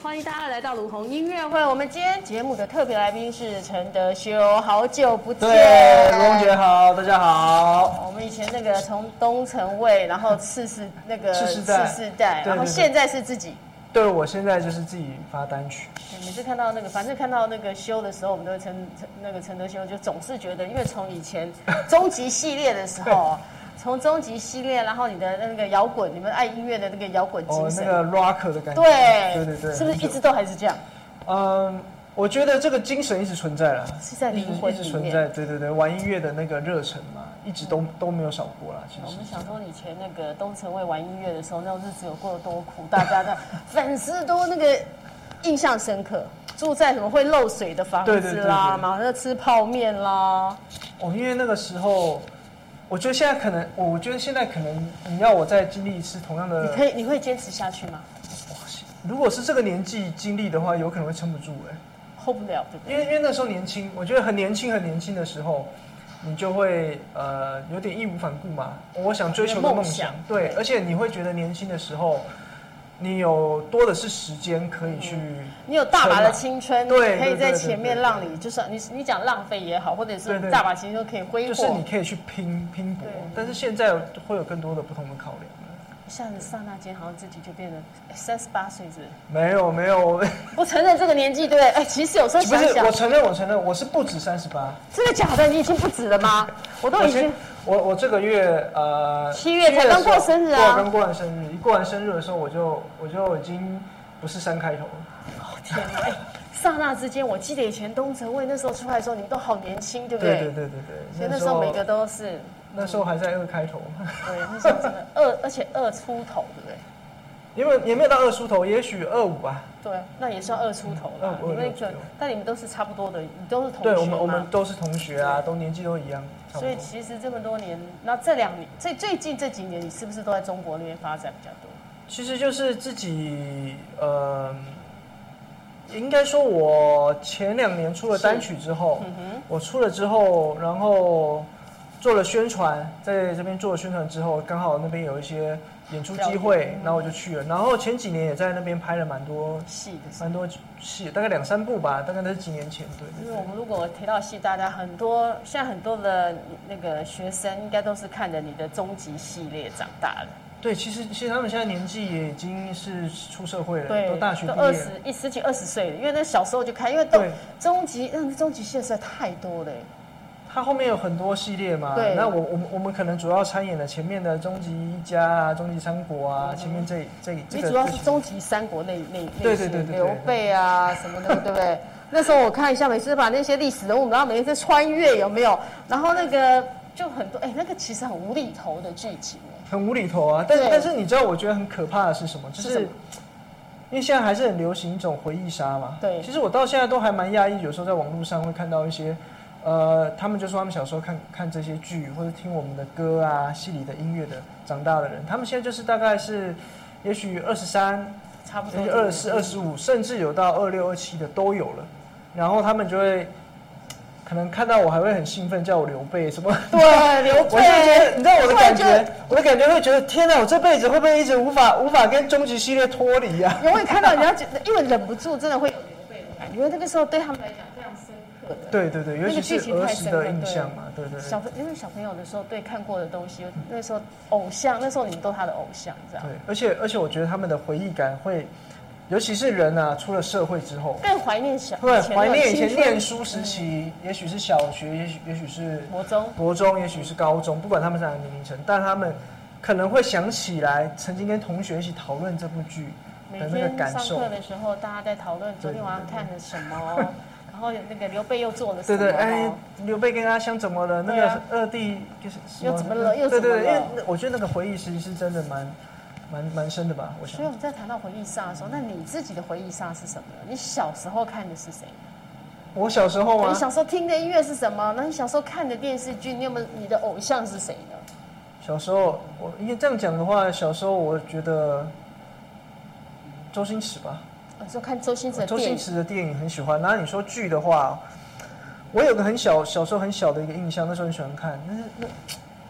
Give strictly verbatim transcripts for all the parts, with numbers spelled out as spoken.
欢迎大家来到鲁红音乐会。我们今天节目的特别来宾是陈德修，好久不见。 对，鲁红姐好，大家好。 我们以前那个从东城卫，然后次世那个次世代， 次世代，然后现在是自己。 对，我现在就是自己发单曲。 每次看到那个，反正看到那个修的时候，我们都会陈陈那个陈德修，就总是觉得，因为从以前终极系列的时候。从终极系列，然后你的那个摇滚，你们爱音乐的那个摇滚精神， 哦，那个 rocker 的感觉， 对对对对， 是不是一直都还是这样？ 嗯，我觉得这个精神一直存在了， 是在灵魂里面一直存在，对对对，玩音乐的那个热忱嘛，一直都、嗯、都没有少过啦。其实我们想说，以前那个东城卫玩音乐的时候，那种日子有过多苦，大家的粉丝都那个印象深刻。住在什么会漏水的房子啦，马上吃泡面啦。 哦，因为那个时候。我觉得现在可能，我觉得现在可能你要我再经历一次同样的， 你可以，你会坚持下去吗？ 如果是这个年纪经历的话，有可能会撑不住哎、 欸、，hold 不了，对不对？ 因为因为那时候年轻，我觉得很年轻很年轻的时候，你就会呃有点义无反顾嘛。我想追求的梦想，对，而且你会觉得年轻的时候。你有多的是时间可以去、嗯， 你有大把的青春， 对， 可以在前面让你就是你你讲浪费也好，或者是大把青春可以挥霍， 就是你可以去拼拼搏。但是现在会有更多的不同的考量。 一下子刹那间，好像自己就变成三十八岁，是不是？ 没有没有， 不承认这个年纪，对不对？哎，其实有时候想想， 不是，我承认，我承认，我是不止三十八。 真的假的？你已经不止了吗？我都已经。 我我这个月呃七月才刚过生日啊， 对，刚过完生日，一过完生日的时候，我就我就已经不是三开头了。 哦天哪！哎，刹那之间，我记得以前东城卫那时候出来的时候，你们都好年轻，对不对？ 对对对对对。 所以那时候每个都是。 那时候还在二开头。 对，那时候真的二，而且二出头，对不对？ 因为也没有到二出头，也许二五吧。 对，那也算二出头了。你们可，但你们都是差不多的，你都是同学对，我们我们都是同学啊，都年纪都一样。 所以其实这么多年，那这两年，最最近这几年，你是不是都在中国那边发展比较多？ 其实就是自己，呃，应该说，我前两年出了单曲之后，嗯哼，我出了之后，然后做了宣传，在这边做了宣传之后，刚好那边有一些演出机会，然后我就去了。然后前几年也在那边拍了蛮多戏的， 蛮多戏，大概两三部吧，大概那是几年前。对， 因为我们如果提到戏，大家很多现在很多的那个学生应该都是看着你的终极系列长大的。 对，其实其实他们现在年纪也已经是出社会了， 对， 都大学毕业， 二十一十几二十岁了，因为那小时候就看，因为都终极那终极系列实在太多了。 它后面有很多系列嘛， 对， 那我我们我们可能主要参演了前面的终极一家啊、终极三国啊，嗯、前面这这这个。 你主要是终极三国那那那对对对对刘备啊什么的，对不对？那时候我看一下，每次把那些历史人物，然后每次穿越有没有？然后那个就很多，哎，那个其实很无厘头的剧情。 很无厘头啊，但是但是你知道，我觉得很可怕的是什么？就是，因为现在还是很流行一种回忆杀嘛。 对。 其实我到现在都还蛮讶异，有时候在网络上会看到一些，呃，他们就说他们小时候看看这些剧或者听我们的歌啊、戏里的音乐的长大的人，他们现在就是大概是，也许二十三， 差不多， 二十四、二十五，甚至有到二六、二七的都有了，然后他们就会。可能看到我还会很兴奋，叫我刘备什么？ 对，刘备。 我就觉得，你知道我的感觉，我的感觉会觉得，天哪，我这辈子会不会一直无法无法跟终极系列脱离啊？ 有会看到人家觉得，因为忍不住，真的会有刘备的感觉，因为那个时候对他们来讲非常深刻的。 对对对，尤其是儿时的印象嘛，对对。 小因为小朋友的时候对看过的东西，那时候偶像，那时候你们都他的偶像，这样。 对，而且而且我觉得他们的回忆感会。尤其是人啊，出了社会之后， 更怀念小， 对，怀念以前念书时期，嗯、也许是小学，也许也许是国中， 国中，也许是高中，不管他们是哪个年龄层，但他们可能会想起来曾经跟同学一起讨论这部剧的那个感受。 每天上课的时候，大家在讨论昨天晚上看了什么，然后那个刘备又做了什么？ 对对，哎，刘备跟阿香怎么了？那个二弟就是又怎么了？又怎么了？ 对对，因为我觉得那个回忆其实是真的蛮。蛮蛮深的吧，我想。 所以我们在谈到回忆杀的时候，那你自己的回忆杀是什么呢？你小时候看的是谁？ 我小时候吗？ 你小时候听的音乐是什么？那你小时候看的电视剧，你有没有你的偶像是谁呢？ 小时候，我因为这样讲的话，小时候我觉得周星驰吧。 我说看周星驰的电影，周星驰的电影很喜欢。然后你说剧的话，我有个很小小时候很小的一个印象，那时候很喜欢看，那是那。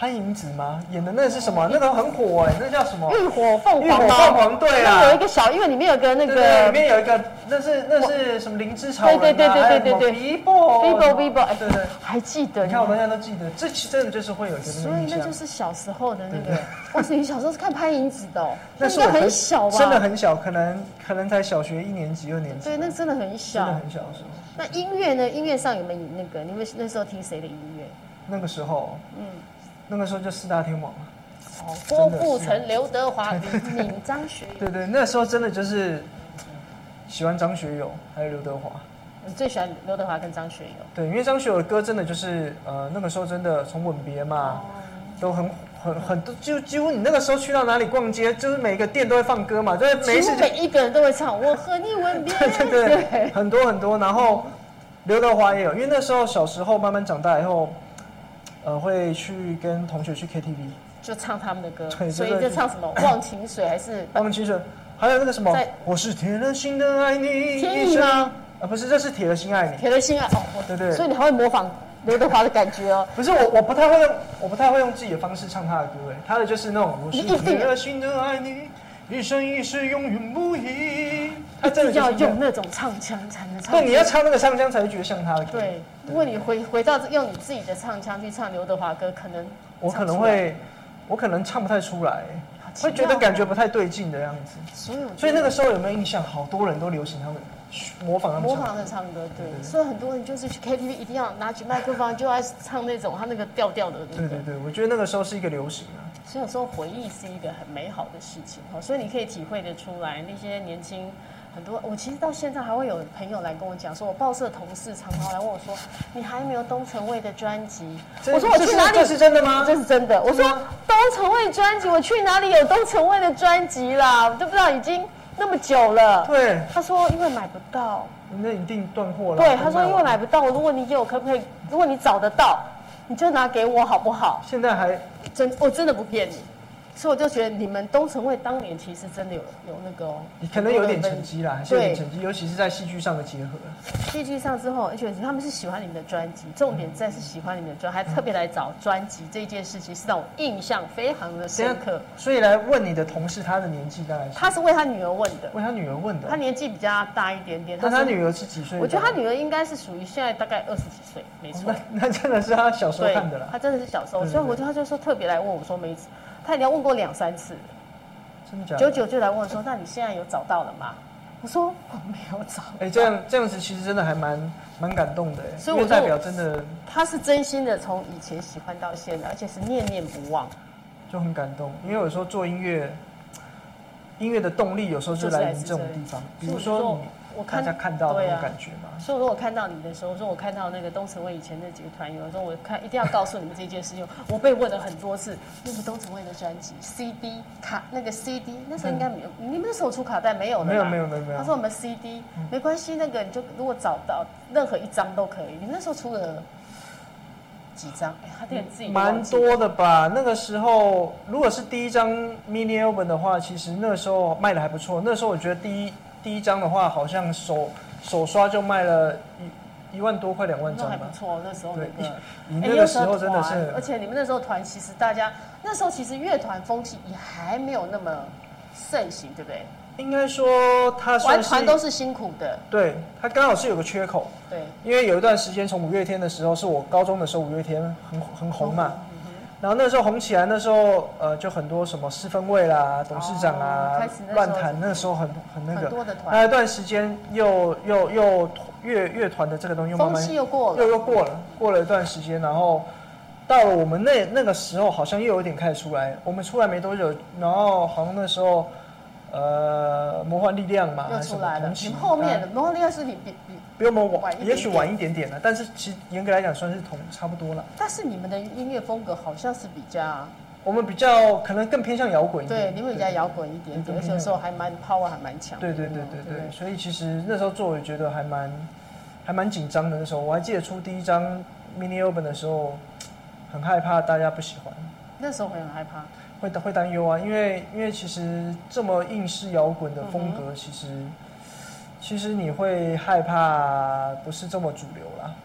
潘迎紫吗？演的那是什么？那个很火哎，那叫什么？ 浴火凤凰。 浴火凤凰对啊， 有一个小，因为里面有个那个， 对对里面有一个，那是那是什么灵芝草人、啊？ 对对对对对对对 ，Bibo Bibo Bibo， 哎， 对对， 还记得？ 你看我大家都记得，这其真的就是会有一个那个所以印象。 那就是小时候的那个。哇塞，你小时候是看潘迎紫的哦？ 那时候很小吧？ 真的很小，可能可能才小学一年级、二年级。 对，那真的很小， 真的很小的时候。 那音乐呢？音乐上有没有那个？你们那时候听谁的音乐？ 那个时候，嗯，那个时候就四大天王了。 哦，郭富城、刘德华、李敏、张学友。 对对，那时候真的就是喜欢张学友，还有刘德华。 你最喜欢刘德华跟张学友？ 对，因为张学友的歌真的就是呃，那个时候真的从吻别嘛，哦、都很很很多，就几乎你那个时候去到哪里逛街，就是每个店都会放歌嘛，就是每一次每一个人都会唱《我和你吻别》。 对对对，对很多很多。然后刘德华也有，因为那时候小时候慢慢长大以后，呃，会去跟同学去 K T V， 就唱他们的歌。 对， 所以就唱什么《忘情水》还是《 忘情水》，还有那个什么《我是铁了心的爱你》。 天意吗？ 啊，不是，这是铁了心爱你。 铁了心爱哦， 对对。 所以你还会模仿刘德华的感觉哦。 不是我，我不太会用，我不太会用自己的方式唱他的歌，哎，他的就是那种我是铁了心的爱你，一生一世永远不移。 他真的要用那种唱腔才能唱。 对，你要唱那个唱腔才会觉得像他的歌。 对，如果你回回到用你自己的唱腔去唱刘德华歌，可能我可能会，我可能唱不太出来，会觉得感觉不太对劲的样子。 所以， 所以那个时候有没有印象？好多人都流行他们。模仿他们模仿的唱歌，对，对所以很多人就是去 K T V 一定要拿起麦克风，就爱唱那种他那个调调的、那个。对对对，我觉得那个时候是一个流行啊。 所以有时候回忆是一个很美好的事情哈，所以你可以体会得出来，那些年轻很多，我其实到现在还会有朋友来跟我讲说，我报社同事常常来问我说，你还没有东城卫的专辑？我说我去哪里？ 这是真的吗？ 这是真的。我说东城卫专辑，我去哪里有东城卫的专辑啦？我都不知道已经。那么久了， 对， 他说因为买不到， 那一定断货了。 对，他说因为买不到，如果你有，可不可以？如果你找得到，你就拿给我好不好？ 现在还真，我真的不骗你，所以我就觉得你们东城卫当年其实真的有有那个、哦， 你可能有点成绩啦，还是有点成绩，尤其是在戏剧上的结合。 戏剧上之后，而且他们是喜欢你们的专辑，重点在是喜欢你们的专辑，还特别来找专辑这件事情，是让我印象非常的深刻。 所以来问你的同事，他的年纪大概是？ 他是为他女儿问的， 为他女儿问的。 他年纪比较大一点点。 那他女儿是几岁？ 我觉得他女儿应该是属于现在大概二十几岁，没错。 哦、那那真的是他小时候看的啦。 他真的是小时候，所以我就他就说特别来问我说没，他已经问过两三次。 真的假的？ 九九就来问我说：“那你现在有找到了吗？”我说：“我没有找。” 哎，这样这样子其实真的还蛮蛮感动的， 所以我代表真的他是真心的从以前喜欢到现在，而且是念念不忘， 就很感动。因为有时候做音乐，音乐的动力有时候就来自这种地方，比如说你。我看大家看到的那种感觉嘛、 啊，所以如果我看到你的时候，说我看到那个东城卫以前那几个团员，我说我看一定要告诉你们这件事情。我被问了很多次，那个东城卫的专辑 C D 卡那个 C D 那时候应该没有，嗯、你们那时候出卡带没有的没有没有没有没有。 他说我们 C D、嗯、没关系，那个你就如果找到任何一张都可以。你那时候出了几张？哎，他连自己蛮多的吧？那个时候如果是第一张 mini album 的话，其实那个时候卖的还不错。那时候我觉得第一第一张的话，好像手。手刷就卖了一一万多块两万张吧， 那还不错。那时候那个， 你那个时候真的是， 而且你们那时候团其实大家那时候其实乐团风气也还没有那么盛行，对不对？ 应该说他玩团都是辛苦的， 对他刚好是有个缺口， 对， 因为有一段时间从五月天的时候，是我高中的时候，五月天很很红嘛。然后那时候红起来，那时候呃就很多什么四分卫啦、董事长啊、乱弹，那时候很很那个。 很多的团。 那一段时间又又又乐乐团的这个东西又慢慢风气又过了， 又又过了，过了一段时间，然后到了我们那那个时候，好像又有点开始出来。我们出来没多久，然后好像那时候呃魔幻力量嘛， 又出来了。你们后面的魔幻力量是你比比。 比我们晚，也许晚一点点了，但是其实严格来讲算是同差不多了。 但是你们的音乐风格好像是比较， 我们比较可能更偏向摇滚一点。 对，你们比较摇滚一点点，而且有时候还蛮 power 还蛮强。 对对对对 对, 对，所以其实那时候做，我觉得还蛮还蛮紧张的。那时候我还记得出第一张 mini album 的时候，很害怕大家不喜欢。 那时候会很害怕， 会会担忧啊，因为因为其实这么硬式摇滚的风格，其实。嗯其实你会害怕不是这么主流啦，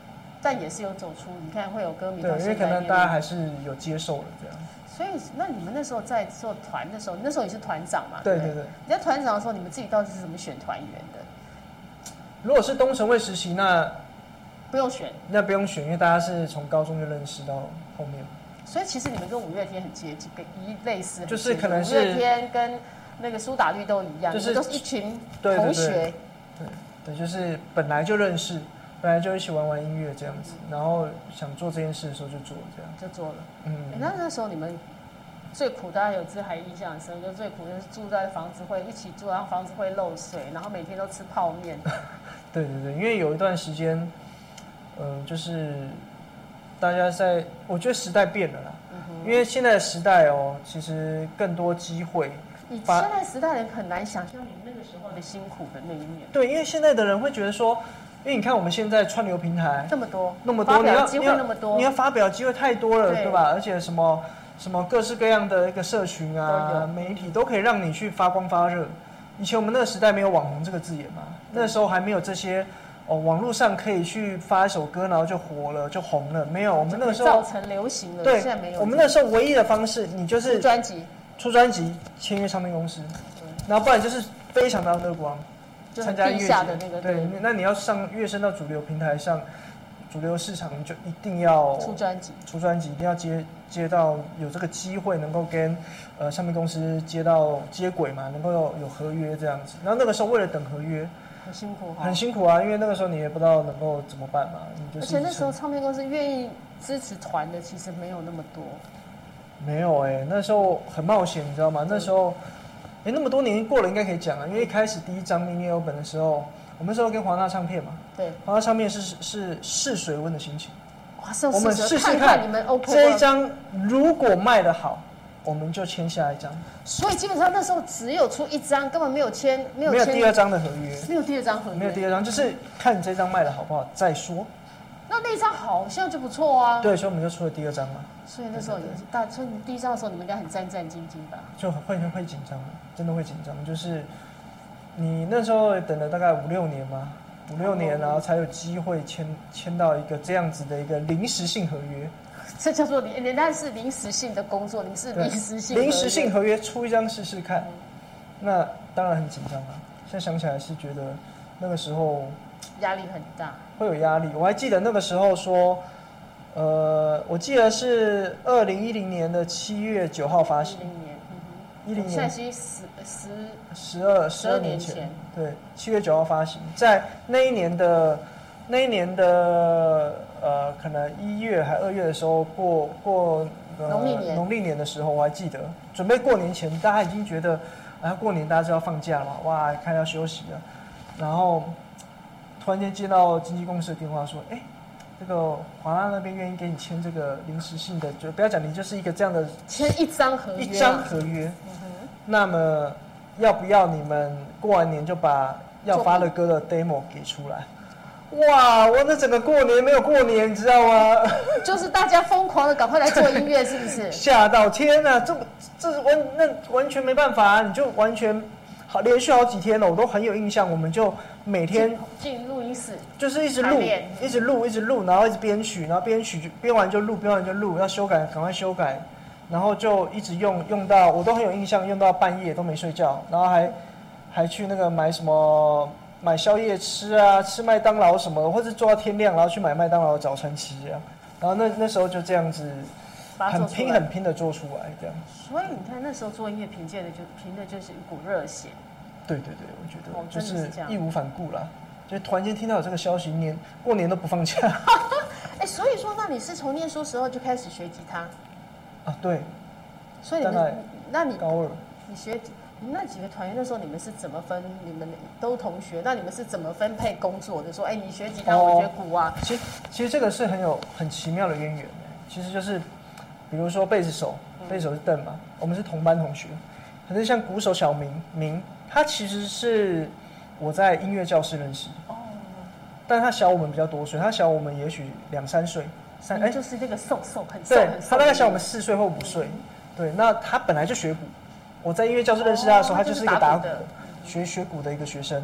但也是有走出，你看会有歌迷到对，因为现在可能大家还是有接受了这样。 所以，那你们那时候在做团的时候，那时候你是团长嘛？对对对对。 你在团长的时候，你们自己到底是怎么选团员的？ 如果是东城卫实习，那不用选， 那不用选，因为大家是从高中就认识到后面。 所以其实你们跟五月天很接近，跟一类似， 就是可能是五月天跟那个苏打绿都一样，就是都是一群同学。 对对对，对对，就是本来就认识，本来就一起玩玩音乐这样子，嗯、然后想做这件事的时候就做这样， 就做了。 嗯， 欸、那那时候你们最苦，大家有次还印象很深，就最苦就是住在房子会一起住，然后房子会漏水，然后每天都吃泡面。 对对对，因为有一段时间，嗯、呃，就是大家在，我觉得时代变了啦，嗯、因为现在的时代哦，其实更多机会。 你现在时代人很难想象你那个时候的辛苦的那一面。 对，因为现在的人会觉得说，因为你看我们现在串流平台那么多， 那么多， 你要机会那么多， 你要发表机会太多了， 对, 对吧？而且什么什么各式各样的一个社群啊、媒体都可以让你去发光发热。以前我们那个时代没有网红这个字眼嘛，那时候还没有这些哦，网络上可以去发一首歌，然后就火了，就红了。没有，我们那个时候造成流行了。 对， 现在没有。 我们那时候唯一的方式，你就是出专辑， 出专辑，签约唱片公司，然后不然就是非常的underground，参加音乐节的那个。 对，那你要上跃升到主流平台上，主流市场，你就一定要出专辑， 出专辑一定要接接到有这个机会，能够跟呃唱片公司接到接轨嘛，能够有有合约这样子。然后那个时候为了等合约。 很辛苦、哦， 很辛苦啊，因为那个时候你也不知道能够怎么办嘛，你就是。 而且那时候唱片公司愿意支持团的其实没有那么多。 没有哎、欸，那时候很冒险，你知道吗？那时候，哎、欸，那么多年过了，应该可以讲啊。因为一开始第一张明年有本的时候，我们那时候跟华纳唱片嘛， 对， 华纳唱片是是试水温的心情。 哇， 我们试试看， 看看你们 OK 这一张如果卖得好，我们就签下一张。 所以基本上那时候只有出一张，根本没有签，没有没有第二张的合约， 没有第二张合约， 没有第二张，就是看你这张卖的好不好再说。 那那张好像就不错啊。 对，所以我们就出了第二张嘛。 所以那时候也是大，所以你第一张的时候你们应该很战战兢兢吧？ 就会会紧张，真的会紧张。就是你那时候等了大概五六年嘛，五六年，然后才有机会签签到一个这样子的一个临时性合约。 这叫做你，人家是临时性的工作，你是临时性临时性合约出一张试试看，嗯、那当然很紧张啊。现在想起来是觉得那个时候压力很大， 会有压力。我还记得那个时候说，呃，我记得是二零一零年的七月九号发行。 一零年， 一零年， 现在是十十十二十二年前，对，七月九号发行，在那一年的那一年的。呃，可能一月还二月的时候过过农历年农历年的时候，我还记得准备过年前，大家已经觉得啊，过年大家是要放假了嘛，哇，看要休息了，然后突然间接到经纪公司的电话说，哎，这个华纳那边愿意给你签这个临时性的，就不要讲你就是一个这样的签一张合约、啊， 一张合约，嗯、那么要不要你们过完年就把要发的歌的 demo 给出来？哇！我那整个过年没有过年，你知道吗？ 就是大家疯狂的赶快来做音乐，是不是？ 吓到天哪！这这完那完全没办法啊！你就完全好连续好几天了，我都很有印象。我们就每天进录音室， 就是一直录，一直录，一直录，然后一直编曲，然后编曲编完就录，编完就录，要修改赶快修改，然后就一直用用到我都很有印象，用到半夜都没睡觉，然后还还去那个买什么。买宵夜吃啊，吃麦当劳什么的，或者做到天亮，然后去买麦当劳的早餐吃这样。然后那那时候就这样子，很拼很拼的做出来这样。 所以你看那时候做音乐凭借的就凭的就是一股热血。 对对对，我觉得、 哦、 就是義無反顧啦。就突然間聽到有這個消息，年過年都不放假。 哎、欸，所以說，那你是從念書時候就開始學吉他？ 啊，對。 所以你們，那你高二， 你學。你那幾個團員那時候你們是怎麼分？你們都同學，那你們是怎麼分配工作的？說，哎，你學吉他，我學鼓啊。 其實其實這個是很有很奇妙的淵源。其實就是，比如說貝斯手，貝斯手是鄧嘛，我們是同班同學。可是像鼓手小明明，他其實是我在音樂教室認識。哦。但他小我們比較多歲，他小我們也許兩三歲。三哎， 就是那個瘦瘦很瘦對很瘦。 他大概小我們四歲或五歲。對，那他本來就學鼓。我在音樂教室認識他的時候，他就是一個打鼓的，學學鼓的一個學生。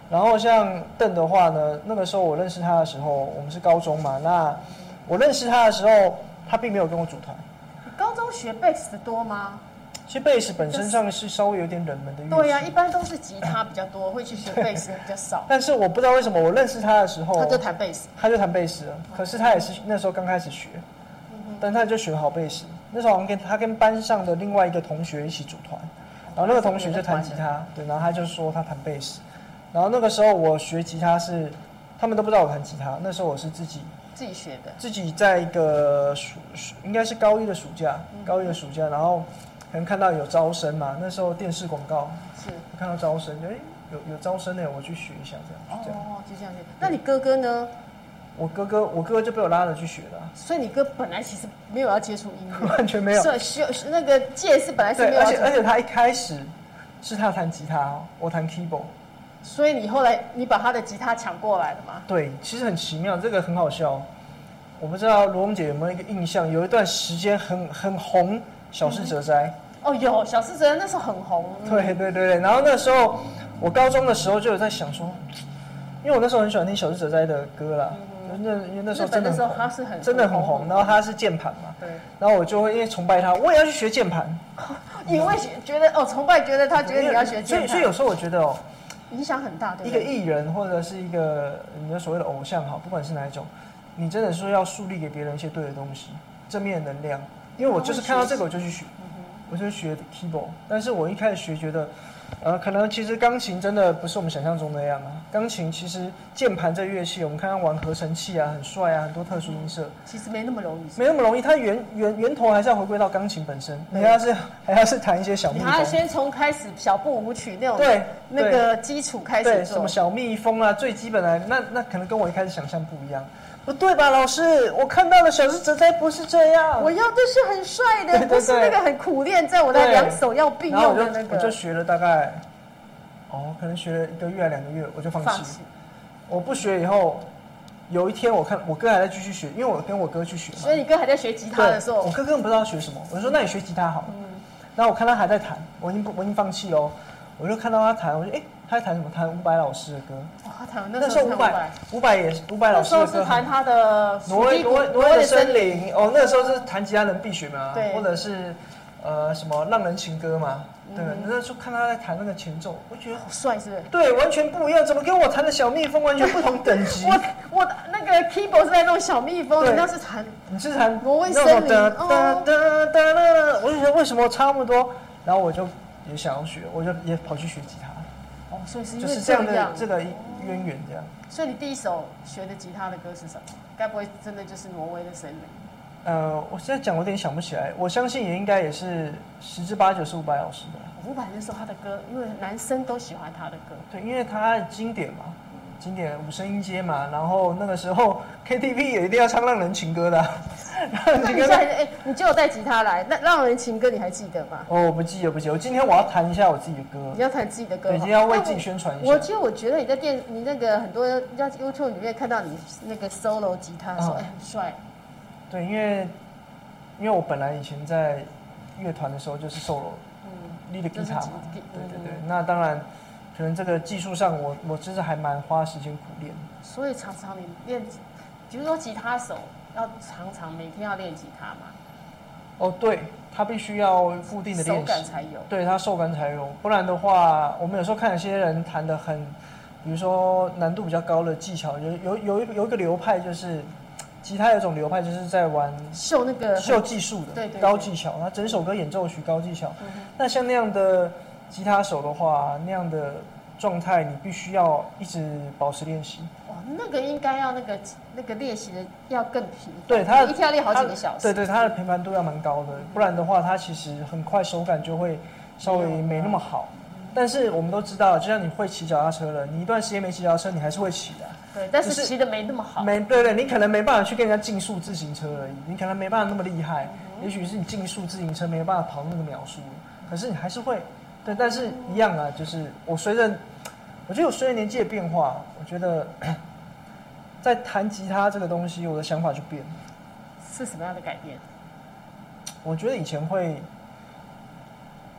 然后像邓的话呢，那个时候我认识他的时候，我们是高中嘛，那我认识他的时候，他并没有跟我组团。 你高中学贝斯的多吗？ 其实贝斯本身上是稍微有点冷门的乐器。 对呀、啊，一般都是吉他比较多，会去学贝斯的比较少。 但是我不知道为什么，我认识他的时候， 他就弹贝斯， 他就弹贝斯了。可是他也是那时候刚开始学，嗯、但他就学好贝斯。那时候好像跟他跟班上的另外一个同学一起组团，然后那个同学就弹吉他，对，然后他就说他弹贝斯。然后那个时候我学吉他是，他们都不知道我弹吉他。那时候我是自己自己学的， 自己在一个暑暑应该是高一的暑假，高一的暑假，然后可能看到有招生嘛，那时候电视广告是看到招生，就哎有有招生呢，我去学一下这样。这样哦，就这样学。那你哥哥呢？ 我哥哥，我哥哥就被我拉着去学了、啊。 所以你哥本来其实没有要接触音乐， 完全没有。 是学那个届是本来是没有要接触。 而且而且他一开始是他弹吉他，我弹 keyboard。 所以你后来你把他的吉他抢过来了吗？ 对，其实很奇妙，这个很好笑。我不知道罗红姐有没有一个印象，有一段时间很很红《小室哲哉》。 哦，有《小室哲哉》那时候很红。 嗯、对对对对，然后那时候我高中的时候就有在想说，因为我那时候很喜欢听《小室哲哉》的歌啦。嗯、那因为那时候真的很红， 他是很真的很红，然后他是键盘嘛， 对， 然后我就会因为崇拜他，我也要去学键盘。 因为觉得哦，崇拜觉得他觉得你要学键盘， 所以所以有时候我觉得哦。 影响很大，对不对？一个艺人或者是一个你的所谓的偶像哈，不管是哪一种，你真的说要树立给别人一些对的东西，正面的能量。因为我就是看到这个我就去学，嗯、我就学 keyboard。但是我一开始学觉得，呃，可能其实钢琴真的不是我们想象中那样啊。钢琴其实键盘这乐器，我们看它玩合成器啊，很帅啊，很多特殊音色， 其实没那么容易， 没那么容易。它源源源头还是要回归到钢琴本身，你还要是还要是弹一些小蜜蜂， 你还要先从开始小步舞曲那种对那个基础开始做， 对，什么小蜜蜂啊，最基本的那那可能跟我一开始想象不一样。不对吧，老师？我看到的小室哲哉不是这样。 我要的是很帅的，对对对，不是那个很苦练，在我的两手要并用的那个。 我就学了大概，哦，可能学了一个月两个月，我就放弃。放弃我不学以后，有一天我看我哥还在继续学，因为我跟我哥去学嘛。 所以你哥还在学吉他的时候， 我哥根本不知道学什么，我就说那你学吉他好了。嗯。然后我看他还在弹，我已经不我已经放弃了，我就看到他弹，我就哎。他在弹什么？弹伍佰老师的歌。 哦，他弹那时候伍佰， 伍佰也是伍佰老师的歌。 那时候是弹他的挪威挪威挪威的森林。哦，那个时候是弹吉他人必学嘛， 对， 或者是呃什么浪人情歌嘛。对，那时候看他在弹那个前奏，我觉得好帅，是不是？ 对，完全不一样，怎么跟我弹的小蜜蜂完全不同等级？ 我我那个 keyboard 是在弄小蜜蜂，你那是弹， 你是弹挪威森林。 哒哒哒哒哒，我就觉得为什么差那么多？然后我就也想要学，我就也跑去学吉他。 哦，所以是因为就是这样的这个渊源这样。 所以你第一首学的吉他的歌是什么？该不会真的就是挪威的森林？ 呃，我现在讲我有点想不起来，我相信也应该也是十之八九是伍佰老师的。 伍佰那时候他的歌，因为男生都喜欢他的歌。 对，因为他经典嘛，经典五声音阶嘛，然后那个时候 K T V 也一定要唱《浪人情歌》的、啊。 那你现在哎，你就有带吉他来，那《浪人情歌》你还记得吗？ 哦，我不记得，不记得。我今天我要弹一下我自己的歌。 你要弹自己的歌？ 对，今天要为自己宣传一下。 我其实我觉得你在电，你那个很多在 YouTube 里面看到你那个 solo 吉他的时候，哎、嗯，很帅。 对，因为因为我本来以前在乐团的时候就是 solo， 嗯 lead 吉他嘛。对对对，那当然。可能这个技术上我，我我真是还蛮花时间苦练。 所以常常你练，比如说吉他手要常常每天要练吉他嘛。 哦，对，他必须要固定的练习， 手感才有。 对，他手感才有，不然的话，我们有时候看有些人弹得很，比如说难度比较高的技巧，有有有一有一个流派就是，吉他有一种流派就是在玩秀那个秀技术的， 对 对, 对高技巧，他整首歌演奏曲高技巧。嗯、那像那样的。吉他手的话，那样的状态你必须要一直保持练习。 哇，那个应该要那个那个练习的要更频繁。 对，他一天要练好几个小时。 对对，他的频繁度要蛮高的，不然的话，他其实很快手感就会稍微没那么好。但是我们都知道，就像你会骑脚踏车了，你一段时间没骑脚踏车，你还是会骑的。 对，但是骑的没那么好。 没对对，你可能没办法去跟人家竞速自行车而已，你可能没办法那么厉害。嗯、也许是你竞速自行车没有办法跑那个秒数，可是你还是会。对，但是一样啊，就是我随着，我觉得我随着年纪的变化，我觉得在弹吉他这个东西，我的想法就变了。 是什么样的改变？ 我觉得以前会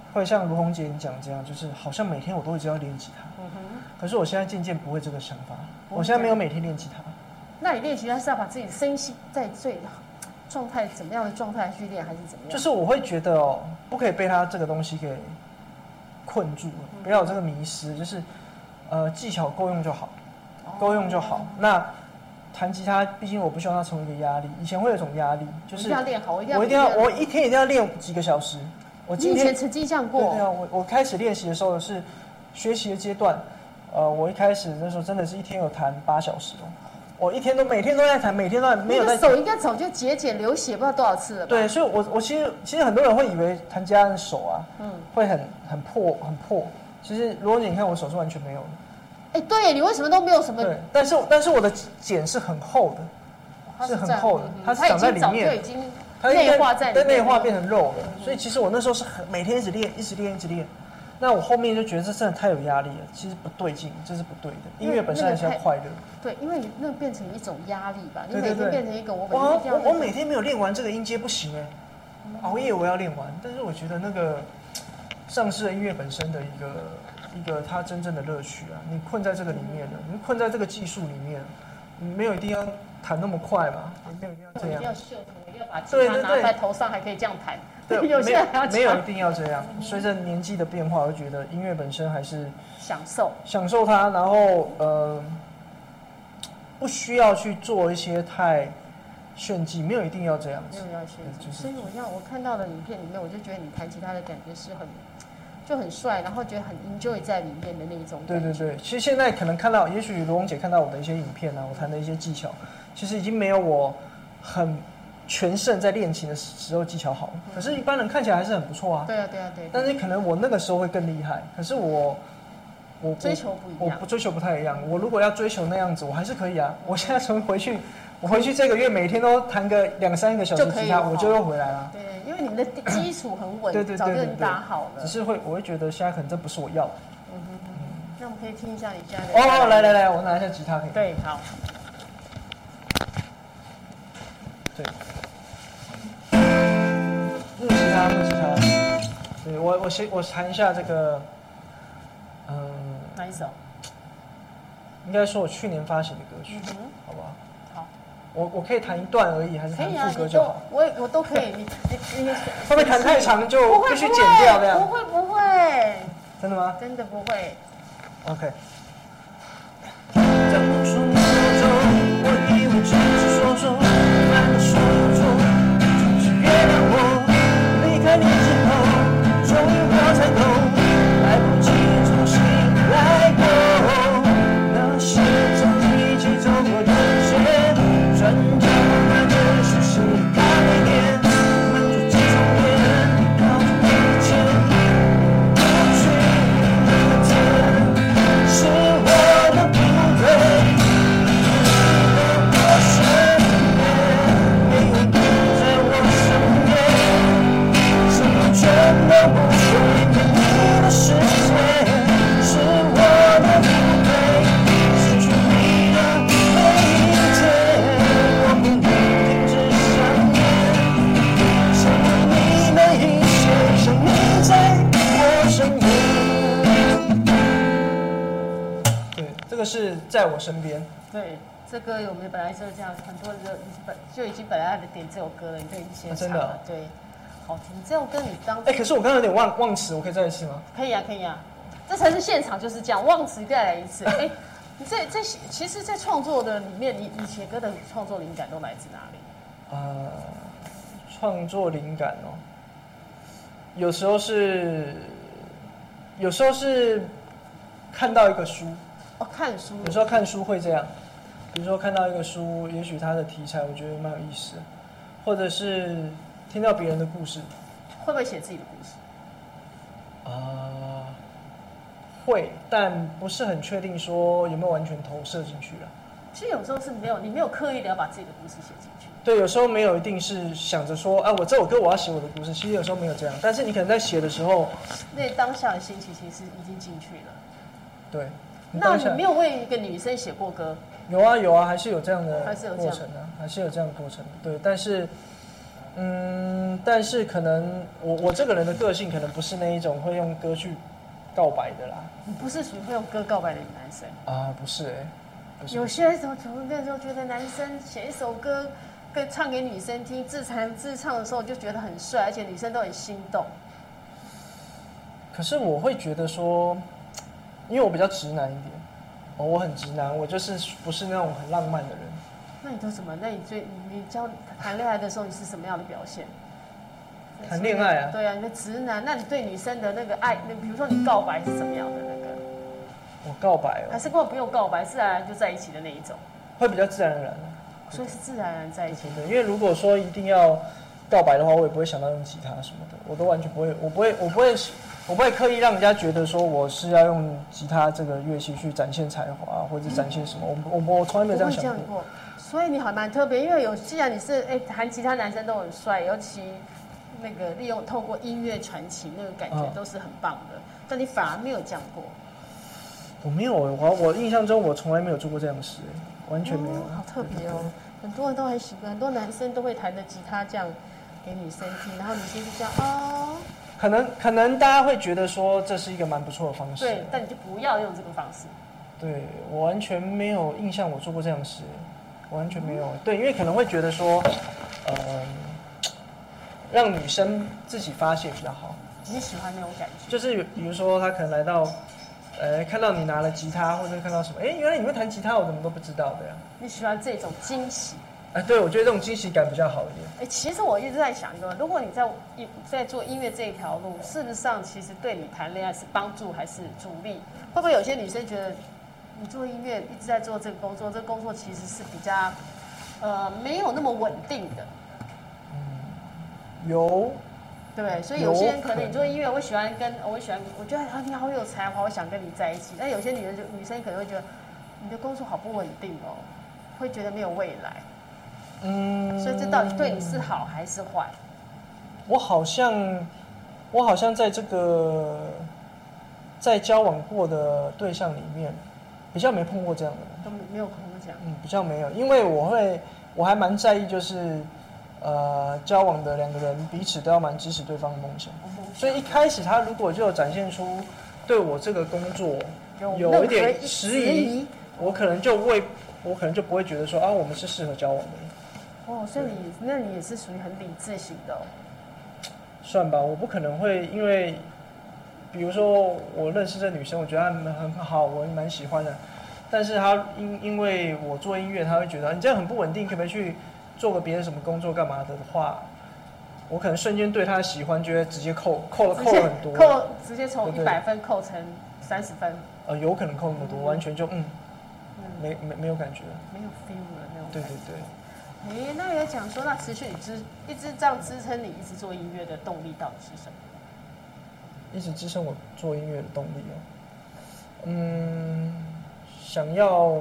会像卢红姐你讲这样，就是好像每天我都一直要练吉他。嗯哼。可是我现在渐渐不会这个想法，我现在没有每天练吉他。 那你练吉他是要把自己的身心在最状态怎么样的状态去练，还是怎么样？ 就是我会觉得哦，不可以被他这个东西给困住了，嗯、不要有这个迷失，就是呃技巧够用就好，哦、够用就好。那弹吉他，毕竟我不希望它成为一个压力。以前会有一种压力，就是一定要练好，我一定要， 我一定要，我一天一定要练几个小时。我今天你以前曾经这样过？ 对啊，我我开始练习的时候是学习的阶段，呃，我一开始那时候真的是一天有弹八小时哦，我一天都每天都在弹，每天都在没有在。 手应该早就节俭流血，不知道多少次了吧？ 对，所以我我其实其实很多人会以为弹吉他的手啊，嗯，会很很破很破。其实如果你看我手是完全没有的。 哎，对，你为什么都没有什么？ 对，但是但是我的茧是很厚的，是很厚的，它是长在里面， 它已经内化在里面， 对，内化变成肉了。所以其实我那时候是很每天一直练，一直练，一直练。那我后面就觉得这真的太有压力了，其实不对劲，这是不对的。音乐本身还是要快乐。 对，因为你那变成一种压力吧，你每天变成一个我每天我我每天没有练完这个音阶不行哎，熬夜我要练完。但是我觉得那个丧失了音乐本身的一个。一个它真正的乐趣啊！你困在这个里面了，你困在这个技术里面，你没有一定要弹那么快嘛，你没有一定要这样， 一定要秀头，一定要把吉他拿在头上，还可以这样弹。对，有些人还要没有一定要这样。随着年纪的变化，我觉得音乐本身还是享受， 享受它，然后呃，不需要去做一些太炫技，没有一定要这样子， 没有要炫技。所以我要我看到的影片里面，我就觉得你弹吉他的感觉是很。就很帅，然后觉得很 enjoy 在里面的那一种感觉。对对对，其实现在可能看到，也许罗红姐看到我的一些影片啊，我弹的一些技巧，其实已经没有我很全盛在练琴的时候技巧好。嗯、可是，一般人看起来还是很不错啊。 对啊，对啊，对。 但是可能我那个时候会更厉害，可是我我追求不一样， 我不追求不太一样。我如果要追求那样子，我还是可以啊。我现在从回去，我回去这个月每天都弹个两三个小时吉他，我就又回来了。 对。因为你们的基础很稳，对对对对早就已经打好了。 只是会，我会觉得现在可能这不是我要的。嗯哼哼。那我们可以听一下你现在的。 哦，来来来，我拿一下吉他可以。 对，好。 对。木吉他，木吉他。对我，我先我弹一下这个，嗯。 哪一首？ 应该说我去年发行的歌曲，嗯、好不好？我我可以弹一段而已，还是弹副歌就好？ 啊、我我都可以。你你你会不会弹太长就必须剪掉这样？ 不会不会。 真的吗？ 真的不会。 OK。是在我身边。 对，这歌我们本来就是这样，很多人本就已经本来点这首歌了，你就已经先唱了。啊、对，好听。这首歌你当哎、欸，可是我刚刚有点忘忘词，我可以再一次吗？ 可以啊，可以啊。这才是现场就是这样，忘词再来一次。哎、欸，你这这其实，在创作的里面，你你写歌的创作灵感都来自哪里？ 呃，创作灵感哦，有时候是，有时候是看到一个书。 哦，看书。 有时候看书会这样，比如说看到一个书，也许它的题材我觉得蛮有意思的，或者是听到别人的故事。 会不会写自己的故事？ 啊、呃，会，但不是很确定说有没有完全投射进去了。 其实有时候是没有，你没有刻意的要把自己的故事写进去。 对，有时候没有一定是想着说，啊，我这首歌我要写我的故事。其实有时候没有这样，但是你可能在写的时候， 那当下的心情其实已经进去了。 对。 那你没有为一个女生写过歌？ 有啊有啊，还是有这样的还是有过程的，还是有这样的过程。对，但是嗯，但是可能我我这个人的个性可能不是那一种会用歌去告白的啦。 你不是属于会用歌告白的男生啊？不是哎、欸，不是。 有些时候那时候觉得男生写一首歌跟唱给女生听，自弹自唱的时候就觉得很帅，而且女生都很心动。 可是我会觉得说，因为我比较直男一点，哦，我很直男，我就是不是那种很浪漫的人。 那你都什么？那你最你交谈恋爱的时候，你是什么样的表现？ 谈恋爱啊？ 对啊，你的直男，那你对女生的那个爱，那比如说你告白是什么样的那个？ 我告白哦， 还是根本不用告白，自然而然就在一起的那一种？ 会比较自然而然。 所以是自然而然在一起。 对，因为如果说一定要告白的话，我也不会想到用吉他什么的，我都完全不会，我不会，我不会，我不会刻意让人家觉得说我是要用吉他这个乐器去展现才华，或者展现什么，我我我从来没有这样想过。过所以你还蛮特别，因为有既然你是哎弹吉他男生都很帅，尤其那个利用透过音乐传情那个感觉都是很棒的，嗯、但你反而没有这样过。 我没有，我我印象中我从来没有做过这样的事，完全没有。 哦、好特别哦，很多人都很喜欢，很多男生都会弹着吉他这样给女生听，然后女生就这样哦。 可能可能大家会觉得说这是一个蛮不错的方式， 对，但你就不要用这个方式。 对我完全没有印象我做过这样的事，完全没有。嗯、对，因为可能会觉得说，呃，让女生自己发泄比较好。 你喜欢那种感觉？ 就是比如说她可能来到。呃，看到你拿了吉他，或者看到什么，哎，原来你会弹吉他，我怎么都不知道的呀？ 你喜欢这种惊喜？ 哎，对，我觉得这种惊喜感比较好一点。 哎，其实我一直在想一个，如果你在在做音乐这一条路，事实上其实对你谈恋爱是帮助还是阻力？会不会有些女生觉得你做音乐一直在做这个工作，这个工作其实是比较呃没有那么稳定的？ 嗯，有。 对，所以有些人可能你做音乐，我喜欢跟我喜欢，我觉得啊你好有才华，我想跟你在一起。但有些女人就女生可能会觉得你的工作好不稳定哦，会觉得没有未来。嗯，所以这到底对你是好还是坏？ 我好像我好像在这个在交往过的对象里面，比较没碰过这样的人， 都没有碰过这样。 嗯，比较没有，因为我会我还蛮在意就是。呃，交往的两个人彼此都要蛮支持对方的梦想，所以一开始他如果就有展现出对我这个工作有一点迟疑，我可能就会，我可能就不会觉得说啊，我们是适合交往的。 哦，所以你那你也是属于很理智型的、哦。 算吧，我不可能会因为，比如说我认识这女生，我觉得她很好，我蛮喜欢的，但是她因因为我做音乐，她会觉得你这样很不稳定，可不可以去？做个别的什么工作干嘛的的话，我可能瞬间对他的喜欢就会直接扣扣了扣了很多， 扣直接从一百分扣成三十分。 呃，有可能扣那么多，嗯、完全就嗯，嗯没没没有感觉， 没有 feel 了那种。 对对对。 哎，那有讲说，那持续你支一直这样支撑你一直做音乐的动力到底是什么？ 一直支撑我做音乐的动力哦，嗯，想要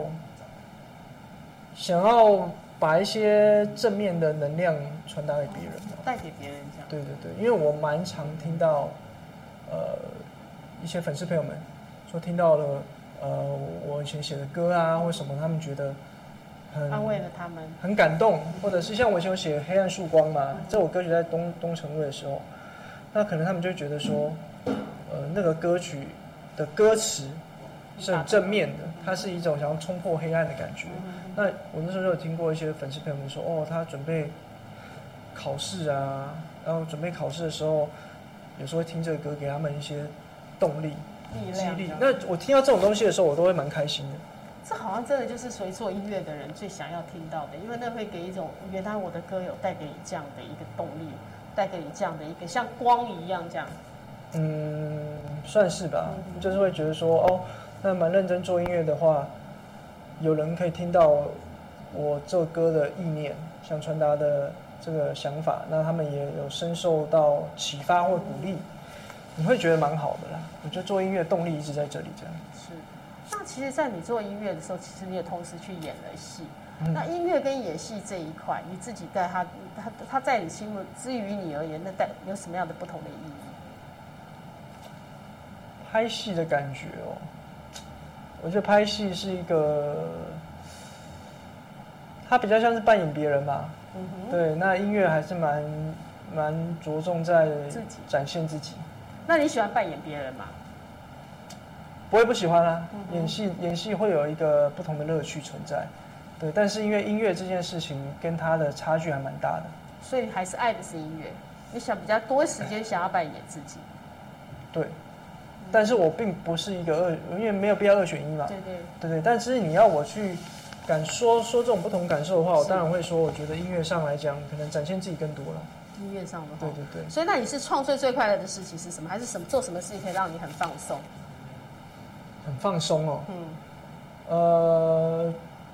想要。把一些正面的能量传达给别人， 带给别人这样。 对对对，因为我蛮常听到，呃，一些粉丝朋友们说听到了，呃，我以前写的歌啊或什么，他们觉得很安慰了他们， 很感动，或者是像我以前有写《黑暗曙光》嘛，这首歌曲在东东城卫的时候，那可能他们就会觉得说，呃，那个歌曲的歌词是很正面的，它是一种想要冲破黑暗的感觉。那我那时候就有听过一些粉丝朋友们说，哦，他准备考试啊，然后准备考试的时候，有时候会听这个歌，给他们一些动力、激励。那我听到这种东西的时候，我都会蛮开心的。 这好像真的就是属于做音乐的人最想要听到的，因为那会给一种原来我的歌有带给你这样的一个动力，带给你这样的一个像光一样这样。嗯， 算是吧，嗯、就是会觉得说，哦，那蛮认真做音乐的话。有人可以听到我这歌的意念，想传达的这个想法，那他们也有深受到启发或鼓励，你会觉得蛮好的啦。我觉得做音乐动力一直在这里，这样。 是。那其实，在你做音乐的时候，其实你也同时去演了戏。嗯、那音乐跟演戏这一块，你自己在他他他在你心目，至于你而言，那带有什么样的不同的意义？ 拍戏的感觉哦。我觉得拍戏是一个， 他比较像是扮演别人吧。 嗯哼。 对，那音乐还是蛮蛮着重在自己展现自己。 那你喜欢扮演别人吗？ 不会不喜欢啊， 嗯演戏演戏会有一个不同的乐趣存在。对，但是因为音乐这件事情跟他的差距还蛮大的。 所以还是爱的是音乐，你想比较多时间想要扮演自己。 对。但是我并不是一个二，因为没有必要二选一嘛。 对对对对，但是你要我去感说说这种不同感受的话，我当然会说，我觉得音乐上来讲，可能展现自己更多了。 音乐上的对对对。 所以那你是创作最快乐的事情是什么？还是什么做什么事情可以让你很放松？ 很放松哦。 嗯。 呃，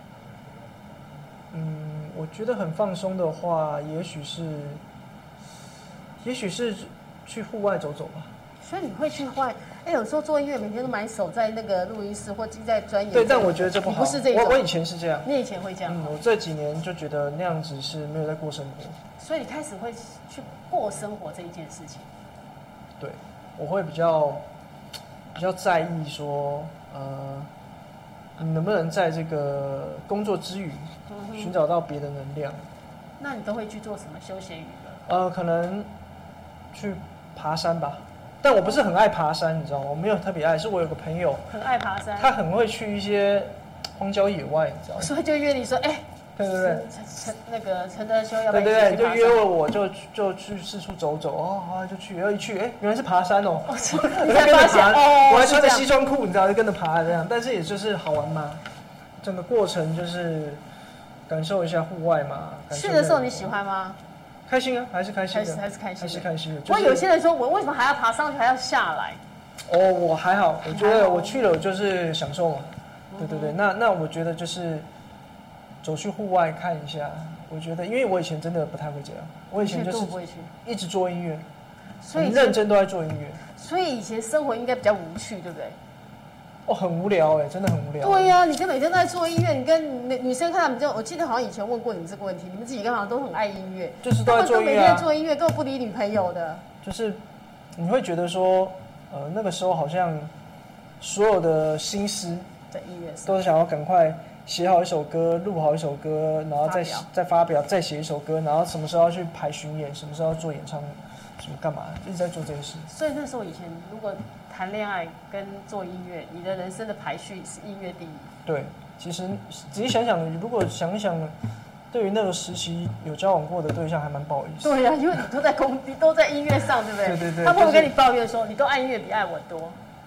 嗯，我觉得很放松的话，也许是，也许是去户外走走吧。 所以你会去外？哎，有时候做音乐，每天都埋首在那个录音室或积在钻研。 对，但我觉得这不好。 你不是这种。 我我以前是这样。 你以前会这样？ 嗯，我这几年就觉得那样子是没有在过生活。 所以你开始会去过生活这一件事情。 对，我会比较比较在意说，呃，你能不能在这个工作之余，寻找到别的能量。 那你都会去做什么休闲娱乐？呃，可能去爬山吧。但我不是很爱爬山，你知道吗？我没有特别爱，是我有个朋友很爱爬山， 他很会去一些荒郊野外，你知道吗？ 所以就约你说，哎、欸， 对对对， 陈那个陈德修要不要一起去爬山？对对对，就约了我就就去四处走走，哦，好就去，然后一去，哎、欸，原来是爬山哦， 我才发现哦， 我还穿着西装裤，你知道，就跟着爬这样，但是也就是好玩嘛，整个过程就是感受一下户外嘛。 去的时候你喜欢吗？ 开心啊，还是开心的， 还是开心， 还是开心的。 不过有些人说，我为什么还要爬上去，还要下来？ 哦，我还好，我觉得我去了，我就是享受嘛。对对对，那那我觉得就是走去户外看一下。我觉得，因为我以前真的不太会这样，我以前就是一直做音乐，所以认真都在做音乐。 所以以前生活应该比较无趣，对不对？ 哦，很无聊哎，真的很无聊。 对呀、啊，你跟每天都在做音乐，你跟女女生看他们就，我记得好像以前问过你们这个问题，你们自己刚好都很爱音乐， 就是都在做音乐、啊， 每天做音乐，根本不理女朋友的。 就是你会觉得说，呃，那个时候好像所有的心思在音乐上， 都是想要赶快写好一首歌，录好一首歌，然后再再发表，再写一首歌，然后什么时候要去排巡演，什么时候要做演唱会，什么干嘛，一直在做这些事。 所以那时候以前如果谈恋爱跟做音乐，你的人生的排序是音乐第一。 对，其实仔细想想，如果想一想，对于那个时期有交往过的对象，还蛮不好意思。 对呀、啊，因为你都在工，你都在音乐上，对不对？ 对对对。 他会不会跟你抱怨说，你都爱音乐比爱我多？